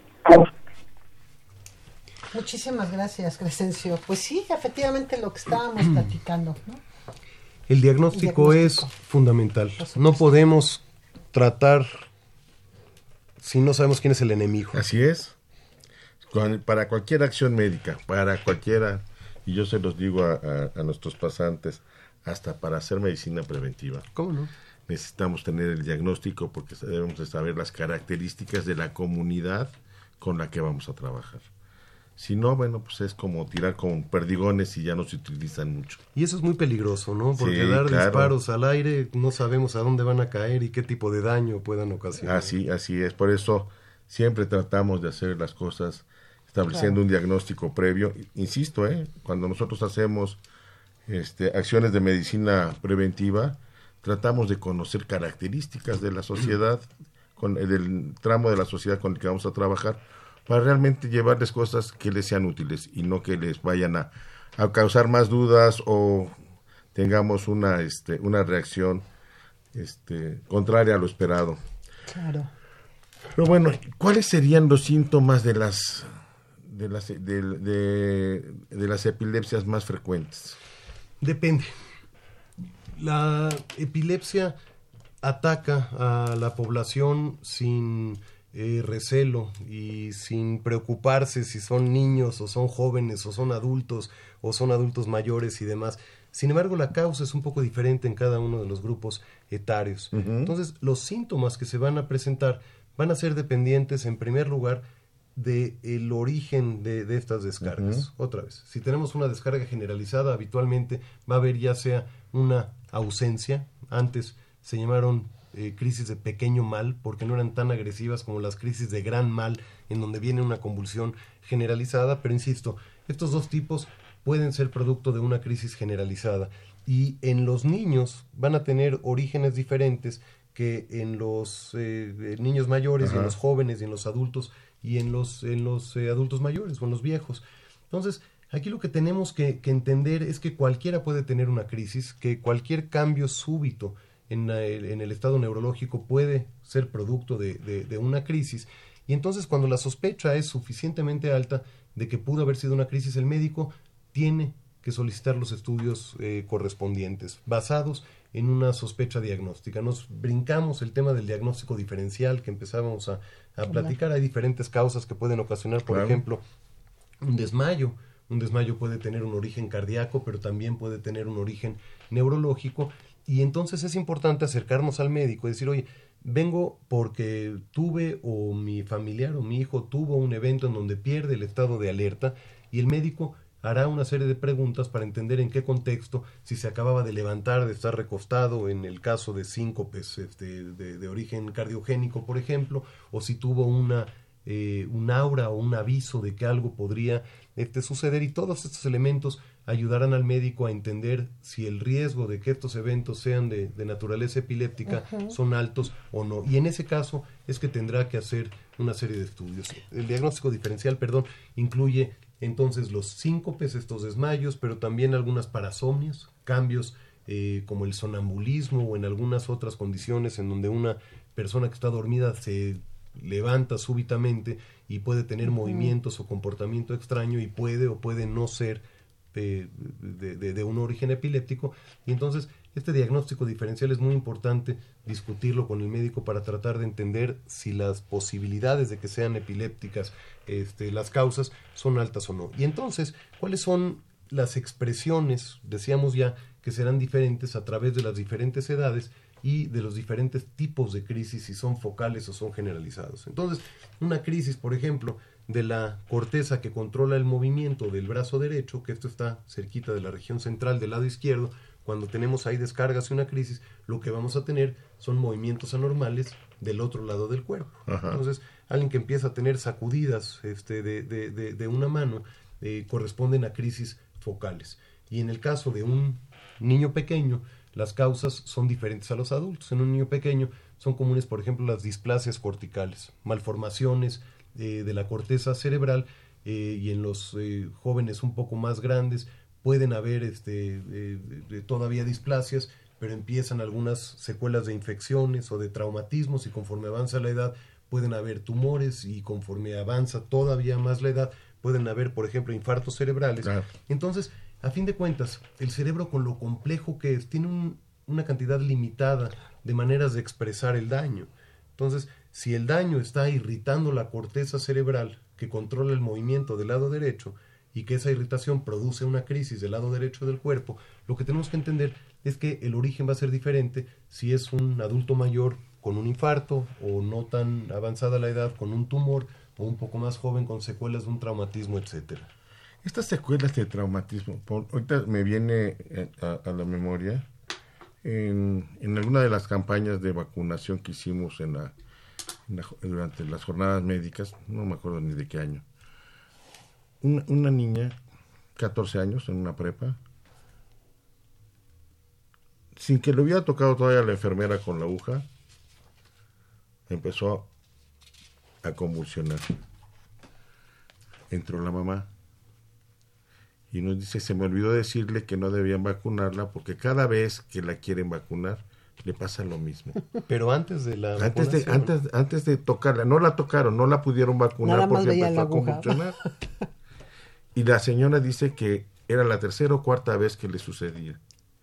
C: Muchísimas gracias, Crescencio. Pues sí, efectivamente lo que estábamos platicando, ¿no?
G: El diagnóstico,
C: El
G: es
C: diagnóstico.
G: fundamental. No podemos tratar si no sabemos quién es el enemigo.
H: Así es. Con- para cualquier acción médica, para cualquier y yo se los digo a, a, a nuestros pasantes, hasta para hacer medicina preventiva.
G: ¿Cómo no?
H: Necesitamos tener el diagnóstico porque debemos de saber las características de la comunidad con la que vamos a trabajar. Si no, bueno, pues es como tirar con perdigones y ya no se utilizan mucho.
G: Y eso es muy peligroso, ¿no? Porque
H: Sí,
G: dar
H: claro.
G: disparos al aire, no sabemos a dónde van a caer y qué tipo de daño puedan ocasionar.
H: Así, así es. Por eso siempre tratamos de hacer las cosas estableciendo
C: Claro.
H: un diagnóstico previo. Insisto, ¿eh? Cuando nosotros hacemos este, acciones de medicina preventiva, tratamos de conocer características de la sociedad, con, del tramo de la sociedad con el que vamos a trabajar, para realmente llevarles cosas que les sean útiles y no que les vayan a, a causar más dudas o tengamos una este una reacción este contraria a lo esperado.
C: Claro.
H: Pero bueno, ¿cuáles serían los síntomas de las de las de, de, de las epilepsias más frecuentes?
G: Depende. La epilepsia ataca a la población sin eh, recelo y sin preocuparse si son niños o son jóvenes o son adultos o son adultos mayores y demás. Sin embargo, la causa es un poco diferente en cada uno de los grupos etarios.
H: Uh-huh.
G: Entonces, los síntomas que se van a presentar van a ser dependientes, en primer lugar, del origen de, de estas descargas. Uh-huh. Otra vez, si tenemos una descarga generalizada, habitualmente va a haber ya sea una ausencia. Antes se llamaron eh, crisis de pequeño mal, porque no eran tan agresivas como las crisis de gran mal, en donde viene una convulsión generalizada. Pero insisto, estos dos tipos pueden ser producto de una crisis generalizada. Y en los niños van a tener orígenes diferentes que en los eh, niños mayores, y en los jóvenes, y en los adultos, y en los, en los eh, adultos mayores o en los viejos. Entonces, aquí lo que tenemos que, que entender es que cualquiera puede tener una crisis, que cualquier cambio súbito en, la, en el estado neurológico puede ser producto de, de, de una crisis. Y entonces, cuando la sospecha es suficientemente alta de que pudo haber sido una crisis, el médico tiene que solicitar los estudios eh, correspondientes, basados en una sospecha diagnóstica. Nos brincamos el tema del diagnóstico diferencial que empezábamos a, a platicar. Hay diferentes causas que pueden ocasionar, por
H: Claro.
G: ejemplo, un desmayo. Un desmayo puede tener un origen cardíaco, pero también puede tener un origen neurológico. Y entonces es importante acercarnos al médico y decir, oye, vengo porque tuve o mi familiar o mi hijo tuvo un evento en donde pierde el estado de alerta, y el médico hará una serie de preguntas para entender en qué contexto, si se acababa de levantar, de estar recostado, en el caso de síncopes este, de, de origen cardiogénico, por ejemplo, o si tuvo una eh, un aura o un aviso de que algo podría este, suceder, y todos estos elementos ayudarán al médico a entender si el riesgo de que estos eventos sean de, de naturaleza epiléptica uh-huh. son altos o no, y en ese caso es que tendrá que hacer una serie de estudios. El diagnóstico diferencial, perdón, incluye entonces los síncopes, estos desmayos, pero también algunas parasomnias, cambios eh, como el sonambulismo, o en algunas otras condiciones en donde una persona que está dormida se levanta súbitamente y puede tener uh-huh. movimientos o comportamiento extraño, y puede o puede no ser de, de, de, de un origen epiléptico. Y entonces este diagnóstico diferencial es muy importante discutirlo con el médico para tratar de entender si las posibilidades de que sean epilépticas este, las causas son altas o no. Y entonces, ¿cuáles son las expresiones? Decíamos ya que serán diferentes a través de las diferentes edades y de los diferentes tipos de crisis, si son focales o son generalizados. Entonces, una crisis, por ejemplo, de la corteza que controla el movimiento del brazo derecho, que esto está cerquita de la región central del lado izquierdo, cuando tenemos ahí descargas y una crisis, lo que vamos a tener son movimientos anormales del otro lado del cuerpo. Ajá. Entonces, alguien que empieza a tener sacudidas este, de, de, de, de una mano, eh, corresponden a crisis focales. Y en el caso de un niño pequeño, las causas son diferentes a los adultos. En un niño pequeño son comunes, por ejemplo, las displasias corticales, malformaciones eh, de la corteza cerebral, eh, y en los eh, jóvenes un poco más grandes pueden haber este, eh, de, todavía displasias, pero empiezan algunas secuelas de infecciones o de traumatismos, y conforme avanza la edad pueden haber tumores, y conforme avanza todavía más la edad pueden haber, por ejemplo, infartos cerebrales. Claro. Entonces, a fin de cuentas, el cerebro, con lo complejo que es, tiene un, una cantidad limitada de maneras de expresar el daño. Entonces, si el daño está irritando la corteza cerebral que controla el movimiento del lado derecho, y que esa irritación produce una crisis del lado derecho del cuerpo, lo que tenemos que entender es que el origen va a ser diferente si es un adulto mayor con un infarto o no tan avanzada la edad con un tumor o un poco más joven con secuelas de un traumatismo, etcétera.
H: Estas secuelas de traumatismo, por, ahorita me viene a, a la memoria en, en alguna de las campañas de vacunación que hicimos en la, en la, durante las jornadas médicas, no me acuerdo ni de qué año, una, una niña, catorce años, en una prepa, sin que le hubiera tocado todavía a la enfermera con la aguja, empezó a convulsionar. Entró la mamá y nos dice, se me olvidó decirle que no debían vacunarla porque cada vez que la quieren vacunar le pasa lo mismo.
G: Pero antes de la
H: antes de antes antes de tocarla, no la tocaron, no la pudieron vacunar.
C: Nada más
H: porque
C: veía
H: empezó
C: la
H: a
C: aguja.
H: convulsionar. Y la señora dice que era la tercera o cuarta vez que le sucedía.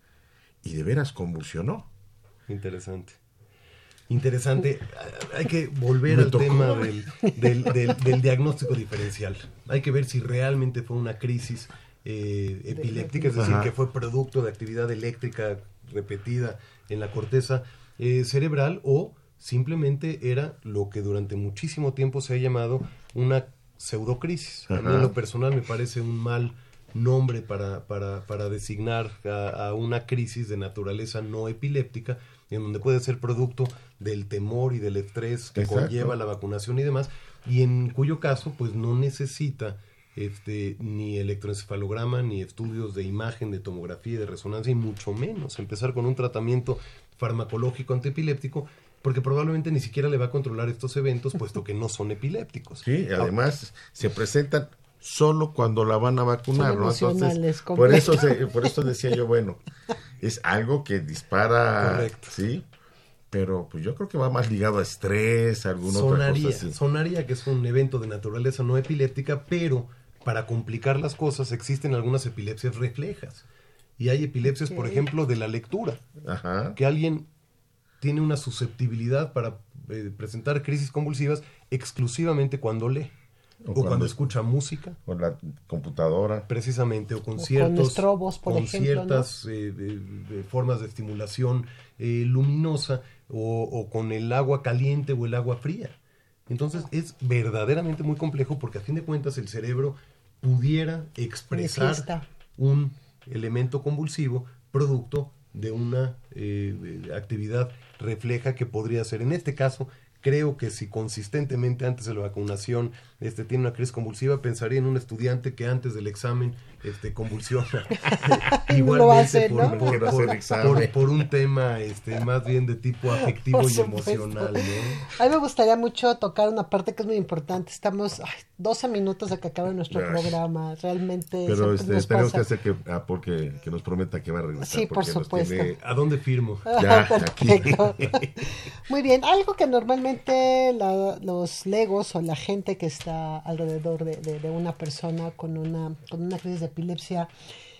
H: Y de veras convulsionó.
G: Interesante. Interesante. Hay que volver
H: Me
G: al
H: tocó.
G: tema del, del, del, del diagnóstico diferencial. Hay que ver si realmente fue una crisis eh, epiléptica, es decir,
H: Ajá.
G: que fue producto de actividad eléctrica repetida en la corteza eh, cerebral, o simplemente era lo que durante muchísimo tiempo se ha llamado una pseudocrisis. A mí
H: Ajá.
G: en lo personal me parece un mal nombre para, para, para designar a, a una crisis de naturaleza no epiléptica, en donde puede ser producto del temor y del estrés que
H: Exacto.
G: conlleva la vacunación y demás, y en cuyo caso pues no necesita este ni electroencefalograma, ni estudios de imagen, de tomografía y de resonancia, y mucho menos empezar con un tratamiento farmacológico antiepiléptico, porque probablemente ni siquiera le va a controlar estos eventos, puesto que no son epilépticos.
H: Sí, además se presentan solo cuando la van a vacunar,
C: Son
H: ¿no?
C: emocionales,
H: por eso
C: completo.
H: se, por eso decía yo, bueno, es algo que dispara,
G: Correcto.
H: sí, pero pues yo creo que va más ligado a estrés, a alguna
G: Sonaría,
H: otra cosa así.
G: sonaría que es un evento de naturaleza no epiléptica, pero para complicar las cosas existen algunas epilepsias reflejas. Y hay epilepsias, por
C: Ok.
G: ejemplo, de la lectura,
H: Ajá.
G: que alguien tiene una susceptibilidad para eh, presentar crisis convulsivas exclusivamente cuando lee, o,
H: O
G: cuando,
H: cuando-
G: escucha música,
H: O la computadora.
G: precisamente, o con
C: con
G: ciertos
C: estrobos, por
G: con
C: ejemplo,
G: ciertas eh, de- de formas de estimulación eh, luminosa, o, o con el agua caliente o el agua fría. Entonces es verdaderamente muy complejo, porque a fin de cuentas el cerebro pudiera expresar
C: Manifiesta.
G: un elemento convulsivo producto de una eh, de actividad refleja que podría ser, en este caso, creo que si consistentemente antes de la vacunación este, tiene una crisis convulsiva, pensaría en un estudiante que antes del examen este, convulsiona. Igualmente
C: Lo hace,
G: por,
C: ¿no?
G: por,
H: Quiero
G: por-
H: hacer examen.
G: por- por un tema este, más bien de tipo afectivo
C: Por
G: y
C: supuesto.
G: emocional, ¿no?
C: A mí me gustaría mucho tocar una parte que es muy importante. Estamos ay, doce minutos de que acabe nuestro
H: Ay.
C: programa. Realmente
H: Pero
C: siempre
H: este,
C: nos
H: tenemos que
C: pasa.
H: hacer que, ah, porque, que nos prometa que va a regresar.
C: Sí, por
H: porque nos
C: supuesto.
H: tiene-
G: ¿A dónde firmo?
H: Ya,
C: Ah, perfecto. Muy bien, algo que normalmente la- los legos o la gente que está alrededor de, de- de una persona con una, con una crisis de epilepsia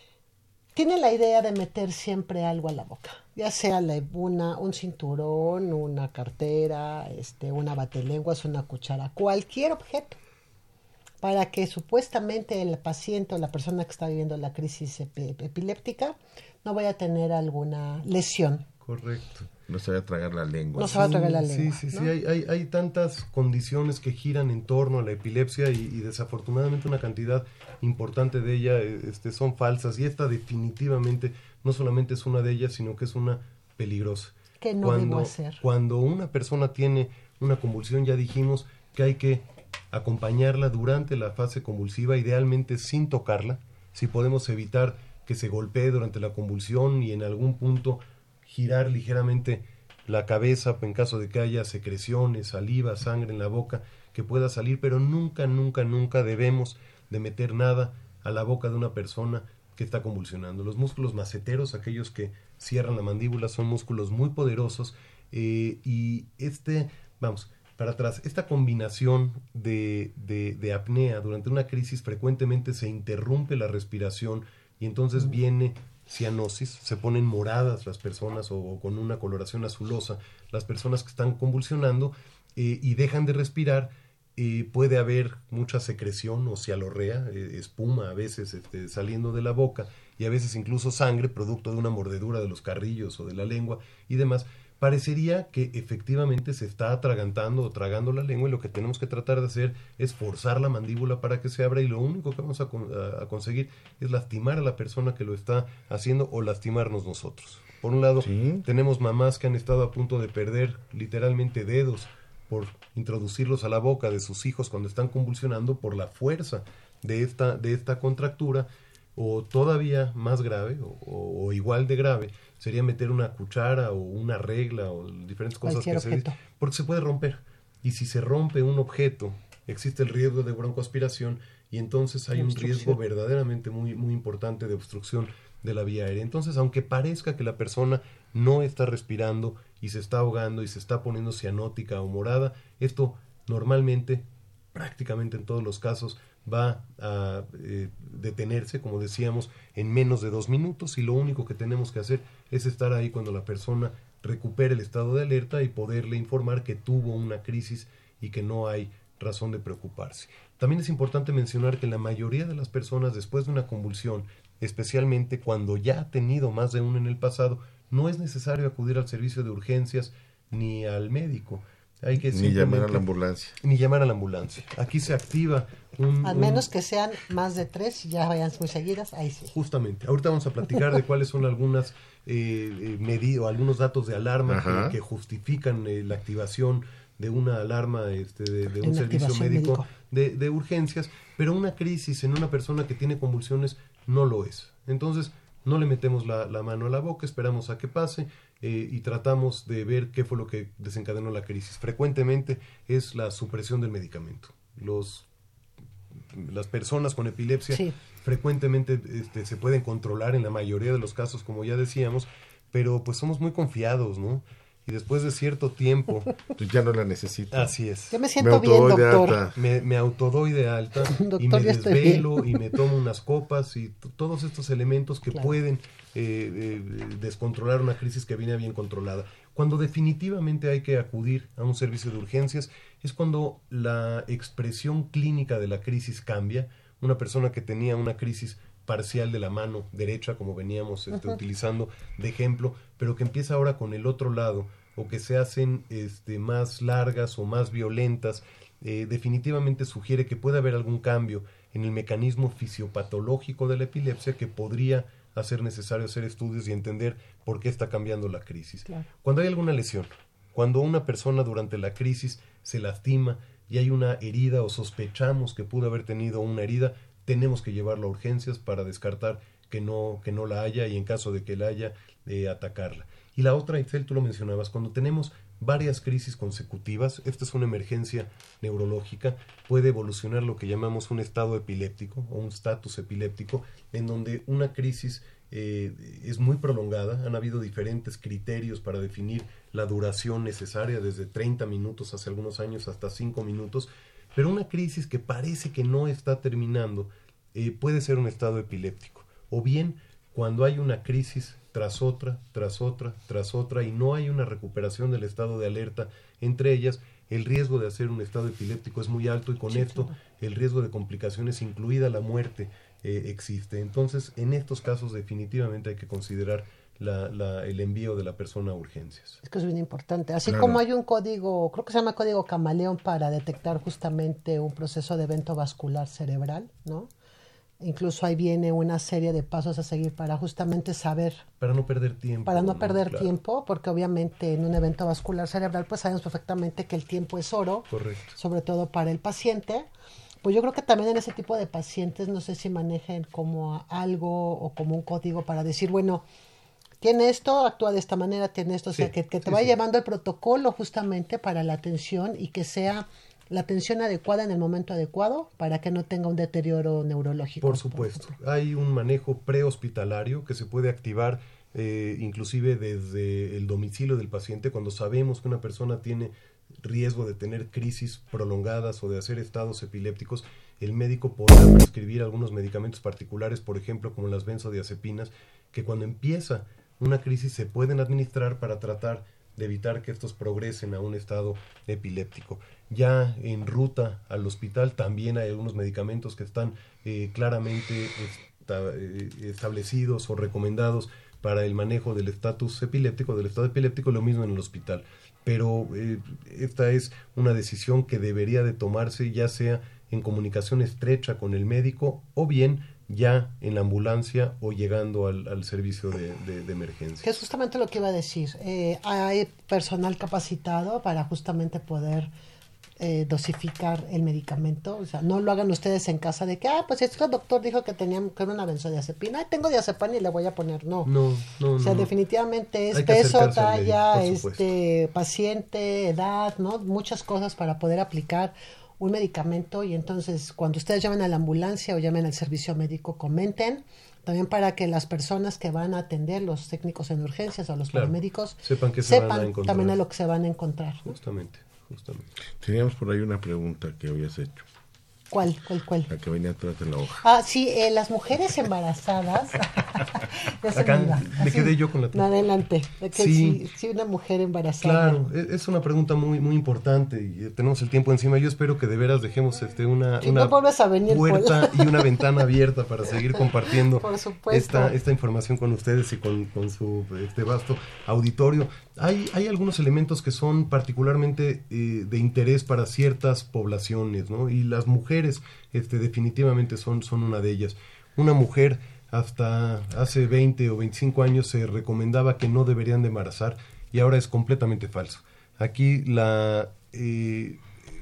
C: tiene la idea de meter siempre algo a la boca, ya sea la- una, un cinturón, una cartera, este, una batelenguas, una cuchara, cualquier objeto, para que supuestamente el paciente o la persona que está viviendo la crisis epi- epiléptica no vaya a tener alguna lesión.
G: Correcto.
H: No se va a tragar la lengua.
C: No se va a tragar la
G: Sí,
C: lengua.
G: sí, sí,
C: ¿no?
G: hay, hay, hay tantas condiciones que giran en torno a la epilepsia, y, y desafortunadamente una cantidad importante de ellas este, son falsas, y esta definitivamente no solamente es una de ellas, sino que es una peligrosa.
C: ¿Qué no
G: cuando,
C: debo hacer?
G: Cuando una persona tiene una convulsión, ya dijimos que hay que acompañarla durante la fase convulsiva, idealmente sin tocarla, si podemos evitar que se golpee durante la convulsión y en algún punto girar ligeramente la cabeza en caso de que haya secreciones, saliva, sangre en la boca que pueda salir, pero nunca, nunca, nunca debemos de meter nada a la boca de una persona que está convulsionando. Los músculos maceteros, aquellos que cierran la mandíbula, son músculos muy poderosos, eh, y este, vamos, para atrás, esta combinación de, de, de apnea durante una crisis, frecuentemente se interrumpe la respiración y entonces viene cianosis, se ponen moradas las personas, o, o con una coloración azulosa las personas que están convulsionando, eh, y dejan de respirar, eh, puede haber mucha secreción o cialorrea, eh, espuma a veces este, saliendo de la boca, y a veces incluso sangre producto de una mordedura de los carrillos o de la lengua y demás. Parecería que efectivamente se está atragantando o tragando la lengua, y lo que tenemos que tratar de hacer es forzar la mandíbula para que se abra, y lo único que vamos a, a, a conseguir es lastimar a la persona que lo está haciendo o lastimarnos nosotros. Por un lado, ¿sí? Tenemos mamás que han estado a punto de perder literalmente dedos por introducirlos a la boca de sus hijos cuando están convulsionando por la fuerza de esta, de esta contractura, o todavía más grave o, o, o igual de grave sería meter una cuchara o una regla o diferentes cosas
C: Cualquier
G: que se
C: objeto.
G: dicen, porque se puede romper, y si se rompe un objeto existe el riesgo de broncoaspiración, y entonces hay un riesgo verdaderamente muy, muy importante de obstrucción de la vía aérea. Entonces, aunque parezca que la persona no está respirando y se está ahogando y se está poniendo cianótica o morada, esto normalmente, prácticamente en todos los casos, va a eh, detenerse, como decíamos, en menos de dos minutos, y lo único que tenemos que hacer es estar ahí cuando la persona recupere el estado de alerta y poderle informar que tuvo una crisis y que no hay razón de preocuparse. También es importante mencionar que la mayoría de las personas, después de una convulsión, especialmente cuando ya ha tenido más de una en el pasado, no es necesario acudir al servicio de urgencias ni al médico. Hay que
H: ni llamar a la ambulancia.
G: Ni llamar a la ambulancia. Aquí se activa un...
C: Al menos un, que sean más de tres y ya vayan muy seguidas, ahí sí.
G: Justamente. Ahorita vamos a platicar de cuáles son algunas eh, eh, medidas o algunos datos de alarma que, que justifican eh, la activación de una alarma este, de, de un servicio médico, médico. De, de urgencias, pero una crisis en una persona que tiene convulsiones no lo es. Entonces, no le metemos la, la mano a la boca, esperamos a que pase, Eh, y tratamos de ver qué fue lo que desencadenó la crisis. Frecuentemente es la supresión del medicamento. Los, las personas con epilepsia sí. frecuentemente este, se pueden controlar en la mayoría de los casos, como ya decíamos, pero pues somos muy confiados, ¿no? Y después de cierto tiempo...
H: Pues ya no la necesito.
G: Así es.
C: Yo me siento me bien, doctor.
G: Me, me autodoy de alta doctor, y me desvelo y me tomo unas copas y t- todos estos elementos que claro. pueden eh, eh, descontrolar una crisis que viene bien controlada. Cuando definitivamente hay que acudir a un servicio de urgencias es cuando la expresión clínica de la crisis cambia. Una persona que tenía una crisis parcial de la mano derecha, como veníamos este, uh-huh. utilizando de ejemplo, pero que empieza ahora con el otro lado, o que se hacen este, más largas o más violentas, eh, definitivamente sugiere que puede haber algún cambio en el mecanismo fisiopatológico de la epilepsia que podría hacer necesario hacer estudios y entender por qué está cambiando la crisis. Claro. Cuando hay alguna lesión, cuando una persona durante la crisis se lastima y hay una herida o sospechamos que pudo haber tenido una herida, tenemos que llevarla a urgencias para descartar que no, que no la haya y en caso de que la haya, eh, atacarla. Y la otra, Itzel, tú lo mencionabas, cuando tenemos varias crisis consecutivas, esta es una emergencia neurológica, puede evolucionar lo que llamamos un estado epiléptico o un status epiléptico, en donde una crisis eh, es muy prolongada. Han habido diferentes criterios para definir la duración necesaria, desde treinta minutos hace algunos años hasta cinco minutos, pero una crisis que parece que no está terminando eh, puede ser un estado epiléptico, o bien cuando hay una crisis tras otra, tras otra, tras otra y no hay una recuperación del estado de alerta entre ellas, el riesgo de hacer un estado epiléptico es muy alto y con sí, esto claro. el riesgo de complicaciones, incluida la muerte, eh, existe. Entonces, en estos casos definitivamente hay que considerar la, la, el envío de la persona a urgencias.
C: Es que es bien importante. Así
H: claro.
C: como hay un código, creo que se llama código camaleón para detectar justamente un proceso de evento vascular cerebral, ¿no? Incluso ahí viene una serie de pasos a seguir para justamente saber...
G: Para no perder tiempo.
C: Para no,
G: no
C: perder
G: claro.
C: tiempo, porque obviamente en un evento vascular cerebral pues sabemos perfectamente que el tiempo es oro.
G: Correcto.
C: Sobre todo para el paciente. Pues yo creo que también en ese tipo de pacientes no sé si manejen como algo o como un código para decir, bueno, tiene esto, actúa de esta manera, tiene esto. Sí, o sea, que, que te sí, vaya sí. llevando el protocolo justamente para la atención y que sea... la atención adecuada en el momento adecuado para que no tenga un deterioro neurológico.
G: Por supuesto. Por Hay un manejo prehospitalario que se puede activar eh, inclusive desde el domicilio del paciente cuando sabemos que una persona tiene riesgo de tener crisis prolongadas o de hacer estados epilépticos. El médico podrá prescribir algunos medicamentos particulares, por ejemplo, como las benzodiazepinas, que cuando empieza una crisis se pueden administrar para tratar de evitar que estos progresen a un estado epiléptico. Ya en ruta al hospital también hay algunos medicamentos que están eh, claramente esta, eh, establecidos o recomendados para el manejo del estatus epiléptico, del estado epiléptico, lo mismo en el hospital. Pero eh, esta es una decisión que debería de tomarse ya sea en comunicación estrecha con el médico o bien ya en la ambulancia o llegando al, al servicio de, de, de emergencia.
C: Que es justamente lo que iba a decir. Eh, hay personal capacitado para justamente poder eh, dosificar el medicamento. O sea, no lo hagan ustedes en casa de que, ah, pues es que el doctor dijo que tenía que era una benzodiazepina. Ay, tengo diazepam y le voy a poner. No,
G: no, no.
C: O sea,
G: no,
C: definitivamente es
G: hay que
C: peso,
G: acercarse al
C: talla,
G: médico,
C: este, paciente, edad, ¿no? Muchas cosas para poder aplicar un medicamento. Y entonces cuando ustedes llamen a la ambulancia o llamen al servicio médico, comenten también para que las personas que van a atender, los técnicos en urgencias o los
G: Claro,
C: paramédicos,
G: sepan que se
C: sepan
G: van a encontrar.
C: también a lo que se van a encontrar.
G: Justamente, justamente.
H: Teníamos por ahí una pregunta que habías hecho,
C: ¿Cuál, cuál, cuál?
H: la que venía atrás de la hoja.
C: Ah, sí, eh, las mujeres embarazadas. Ya se
G: Acá
C: me iba.
G: me
C: Así,
G: quedé yo con la...
C: no, adelante. De que
G: Sí.
C: sí, sí, una mujer embarazada.
G: Claro, e- es una pregunta muy muy importante y eh, tenemos el tiempo encima. Yo espero que de veras dejemos este una,
C: Si
G: una
C: no vuelves a venir,
G: puerta
C: Paul.
G: y una ventana abierta para seguir compartiendo
C: Por supuesto.
G: esta esta información con ustedes y con, con su este vasto auditorio. Hay hay algunos elementos que son particularmente eh, de interés para ciertas poblaciones, ¿no? Y las mujeres este definitivamente son son una de ellas. Una mujer hasta hace veinte o veinticinco años se recomendaba que no deberían de embarazar y ahora es completamente falso. Aquí la eh,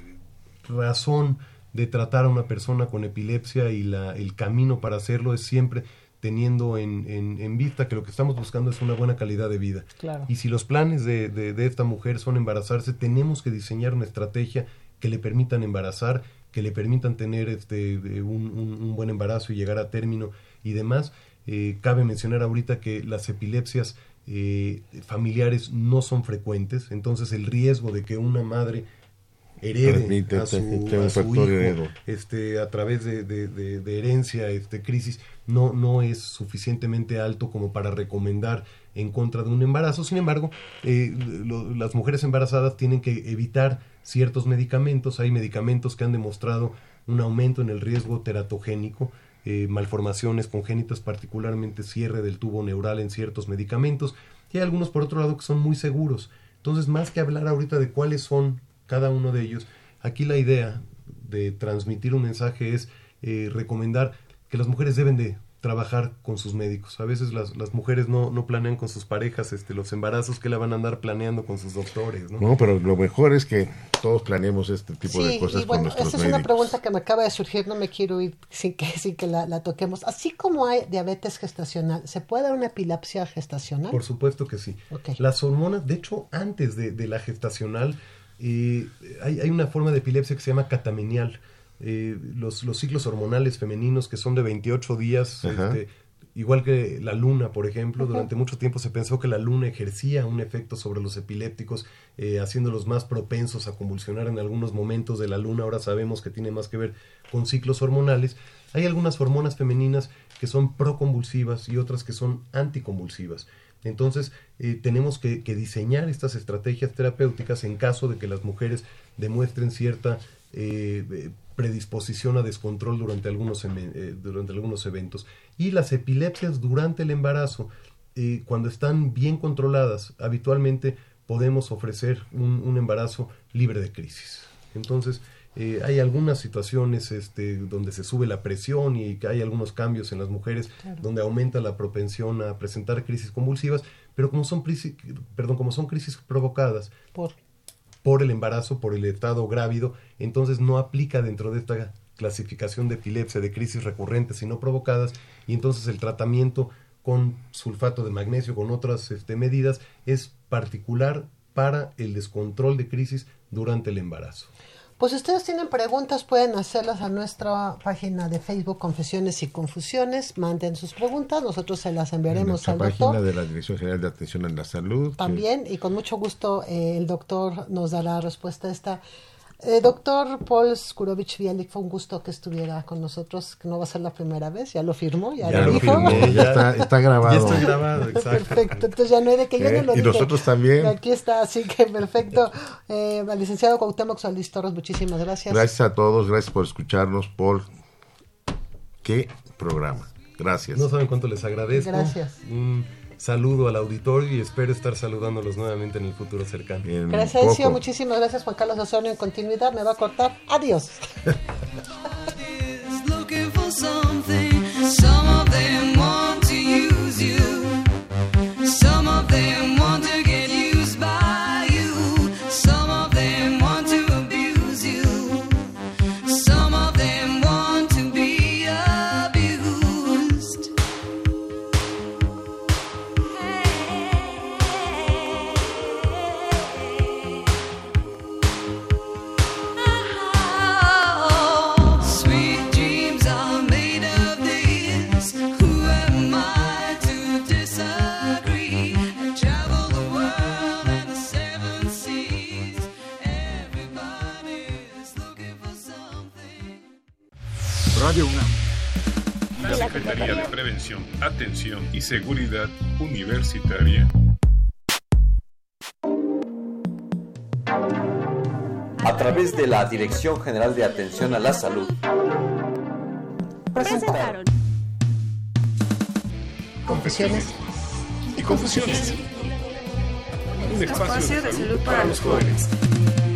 G: razón de tratar a una persona con epilepsia y la, el camino para hacerlo es siempre teniendo en, en, en vista que lo que estamos buscando es una buena calidad de vida.
C: Claro.
G: Y si los planes de, de, de esta mujer son embarazarse, tenemos que diseñar una estrategia que le permitan embarazar, que le permitan tener este un, un, un buen embarazo y llegar a término y demás. Eh, cabe mencionar ahorita que las epilepsias eh, familiares no son frecuentes, entonces el riesgo de que una madre herede
H: Transmite,
G: a su,
H: transmite un
G: a su
H: factor
G: hijo
H: heredo.
G: este, a través de, de, de, de herencia, este, crisis, no, no es suficientemente alto como para recomendar en contra de un embarazo. Sin embargo, eh, lo, las mujeres embarazadas tienen que evitar ciertos medicamentos. Hay medicamentos que han demostrado un aumento en el riesgo teratogénico, eh, malformaciones congénitas, particularmente cierre del tubo neural en ciertos medicamentos, y hay algunos por otro lado que son muy seguros. Entonces, más que hablar ahorita de cuáles son cada uno de ellos, aquí la idea de transmitir un mensaje es eh, recomendar que las mujeres deben de trabajar con sus médicos. A veces las, las mujeres no, no planean con sus parejas este, los embarazos, que la van a andar planeando con sus doctores, ¿no?
H: No, pero lo mejor es que todos planeemos este tipo
C: Sí,
H: de cosas
C: y bueno,
H: con nuestros
C: esta es
H: médicos.
C: una pregunta que me acaba de surgir, no me quiero ir sin que, sin que la, la toquemos. Así como hay diabetes gestacional, ¿se puede dar una epilepsia gestacional?
G: Por supuesto que sí.
C: Ok.
G: Las hormonas, de hecho, antes de, de la gestacional, eh, hay, hay una forma de epilepsia que se llama catamenial. Eh, los, los ciclos hormonales femeninos que son de veintiocho días,
H: Ajá.
G: este, igual que la luna, por ejemplo.
C: Ujú.
G: Durante mucho tiempo se pensó que la luna ejercía un efecto sobre los epilépticos, eh, haciéndolos más propensos a convulsionar en algunos momentos de la luna. Ahora sabemos que tiene más que ver con ciclos hormonales. Hay algunas hormonas femeninas que son proconvulsivas y otras que son anticonvulsivas. Entonces, eh, tenemos que, que diseñar estas estrategias terapéuticas en caso de que las mujeres demuestren cierta eh, eh, predisposición a descontrol durante algunos, eh, durante algunos eventos. Y las epilepsias durante el embarazo, eh, cuando están bien controladas, habitualmente podemos ofrecer un, un embarazo libre de crisis. Entonces, eh, hay algunas situaciones este, donde se sube la presión y hay algunos cambios en las mujeres, claro, donde aumenta la propensión a presentar crisis convulsivas, pero como son crisis, perdón, como son crisis provocadas
C: por
G: por el embarazo, por el estado grávido, entonces no aplica dentro de esta clasificación de epilepsia, de crisis recurrentes y no provocadas, y entonces el tratamiento con sulfato de magnesio, con otras este, medidas, es particular para el descontrol de crisis durante el embarazo.
C: Pues si ustedes tienen preguntas, pueden hacerlas a nuestra página de Facebook, Confesiones y Confusiones. Manden sus preguntas, nosotros se las enviaremos al doctor.
H: En nuestra página de la Dirección General de Atención en la Salud.
C: También, que... y con mucho gusto eh, el doctor nos dará respuesta a esta. Eh, doctor Paul Skurovich-Bielik, fue un gusto que estuviera con nosotros, que no va a ser la primera vez, ya lo firmó, ya,
H: Ya
C: lo
H: lo
C: dijo.
H: firmé, ya está, está grabado.
G: Ya está grabado, exacto.
C: Perfecto, entonces ya no hay de que yo
H: Eh,
C: no lo
H: y
C: dije.
H: nosotros también.
C: Aquí está, así que perfecto. Eh, al licenciado Cuauhtémoc Solís Torres, muchísimas gracias.
H: Gracias a todos, gracias por escucharnos, Paul. Qué programa. Gracias.
G: No saben cuánto les agradezco.
C: Gracias.
G: Un saludo al auditorio y espero estar saludándolos nuevamente en el futuro cercano.
H: En
C: Gracias, Ezio,
H: poco.
C: muchísimas gracias, Juan Carlos Osorio, en continuidad, me va a cortar. Adiós.
F: is looking for something. Some of them want to use you. Some of them want to get used by you. Some of them want to abuse you. Some of them want to be abused. Sweet dreams are made of this. Who am I to disagree? I travel the world and the seven seas. Everybody's looking for something.
B: Radio UNAM y la Secretaría de Prevención, Atención y Seguridad Universitaria
I: A través de la Dirección General de Atención a la Salud.
C: Presentaron Confesiones
B: y Confusiones. Un
D: Espacio
B: espacio
D: de salud para los jóvenes.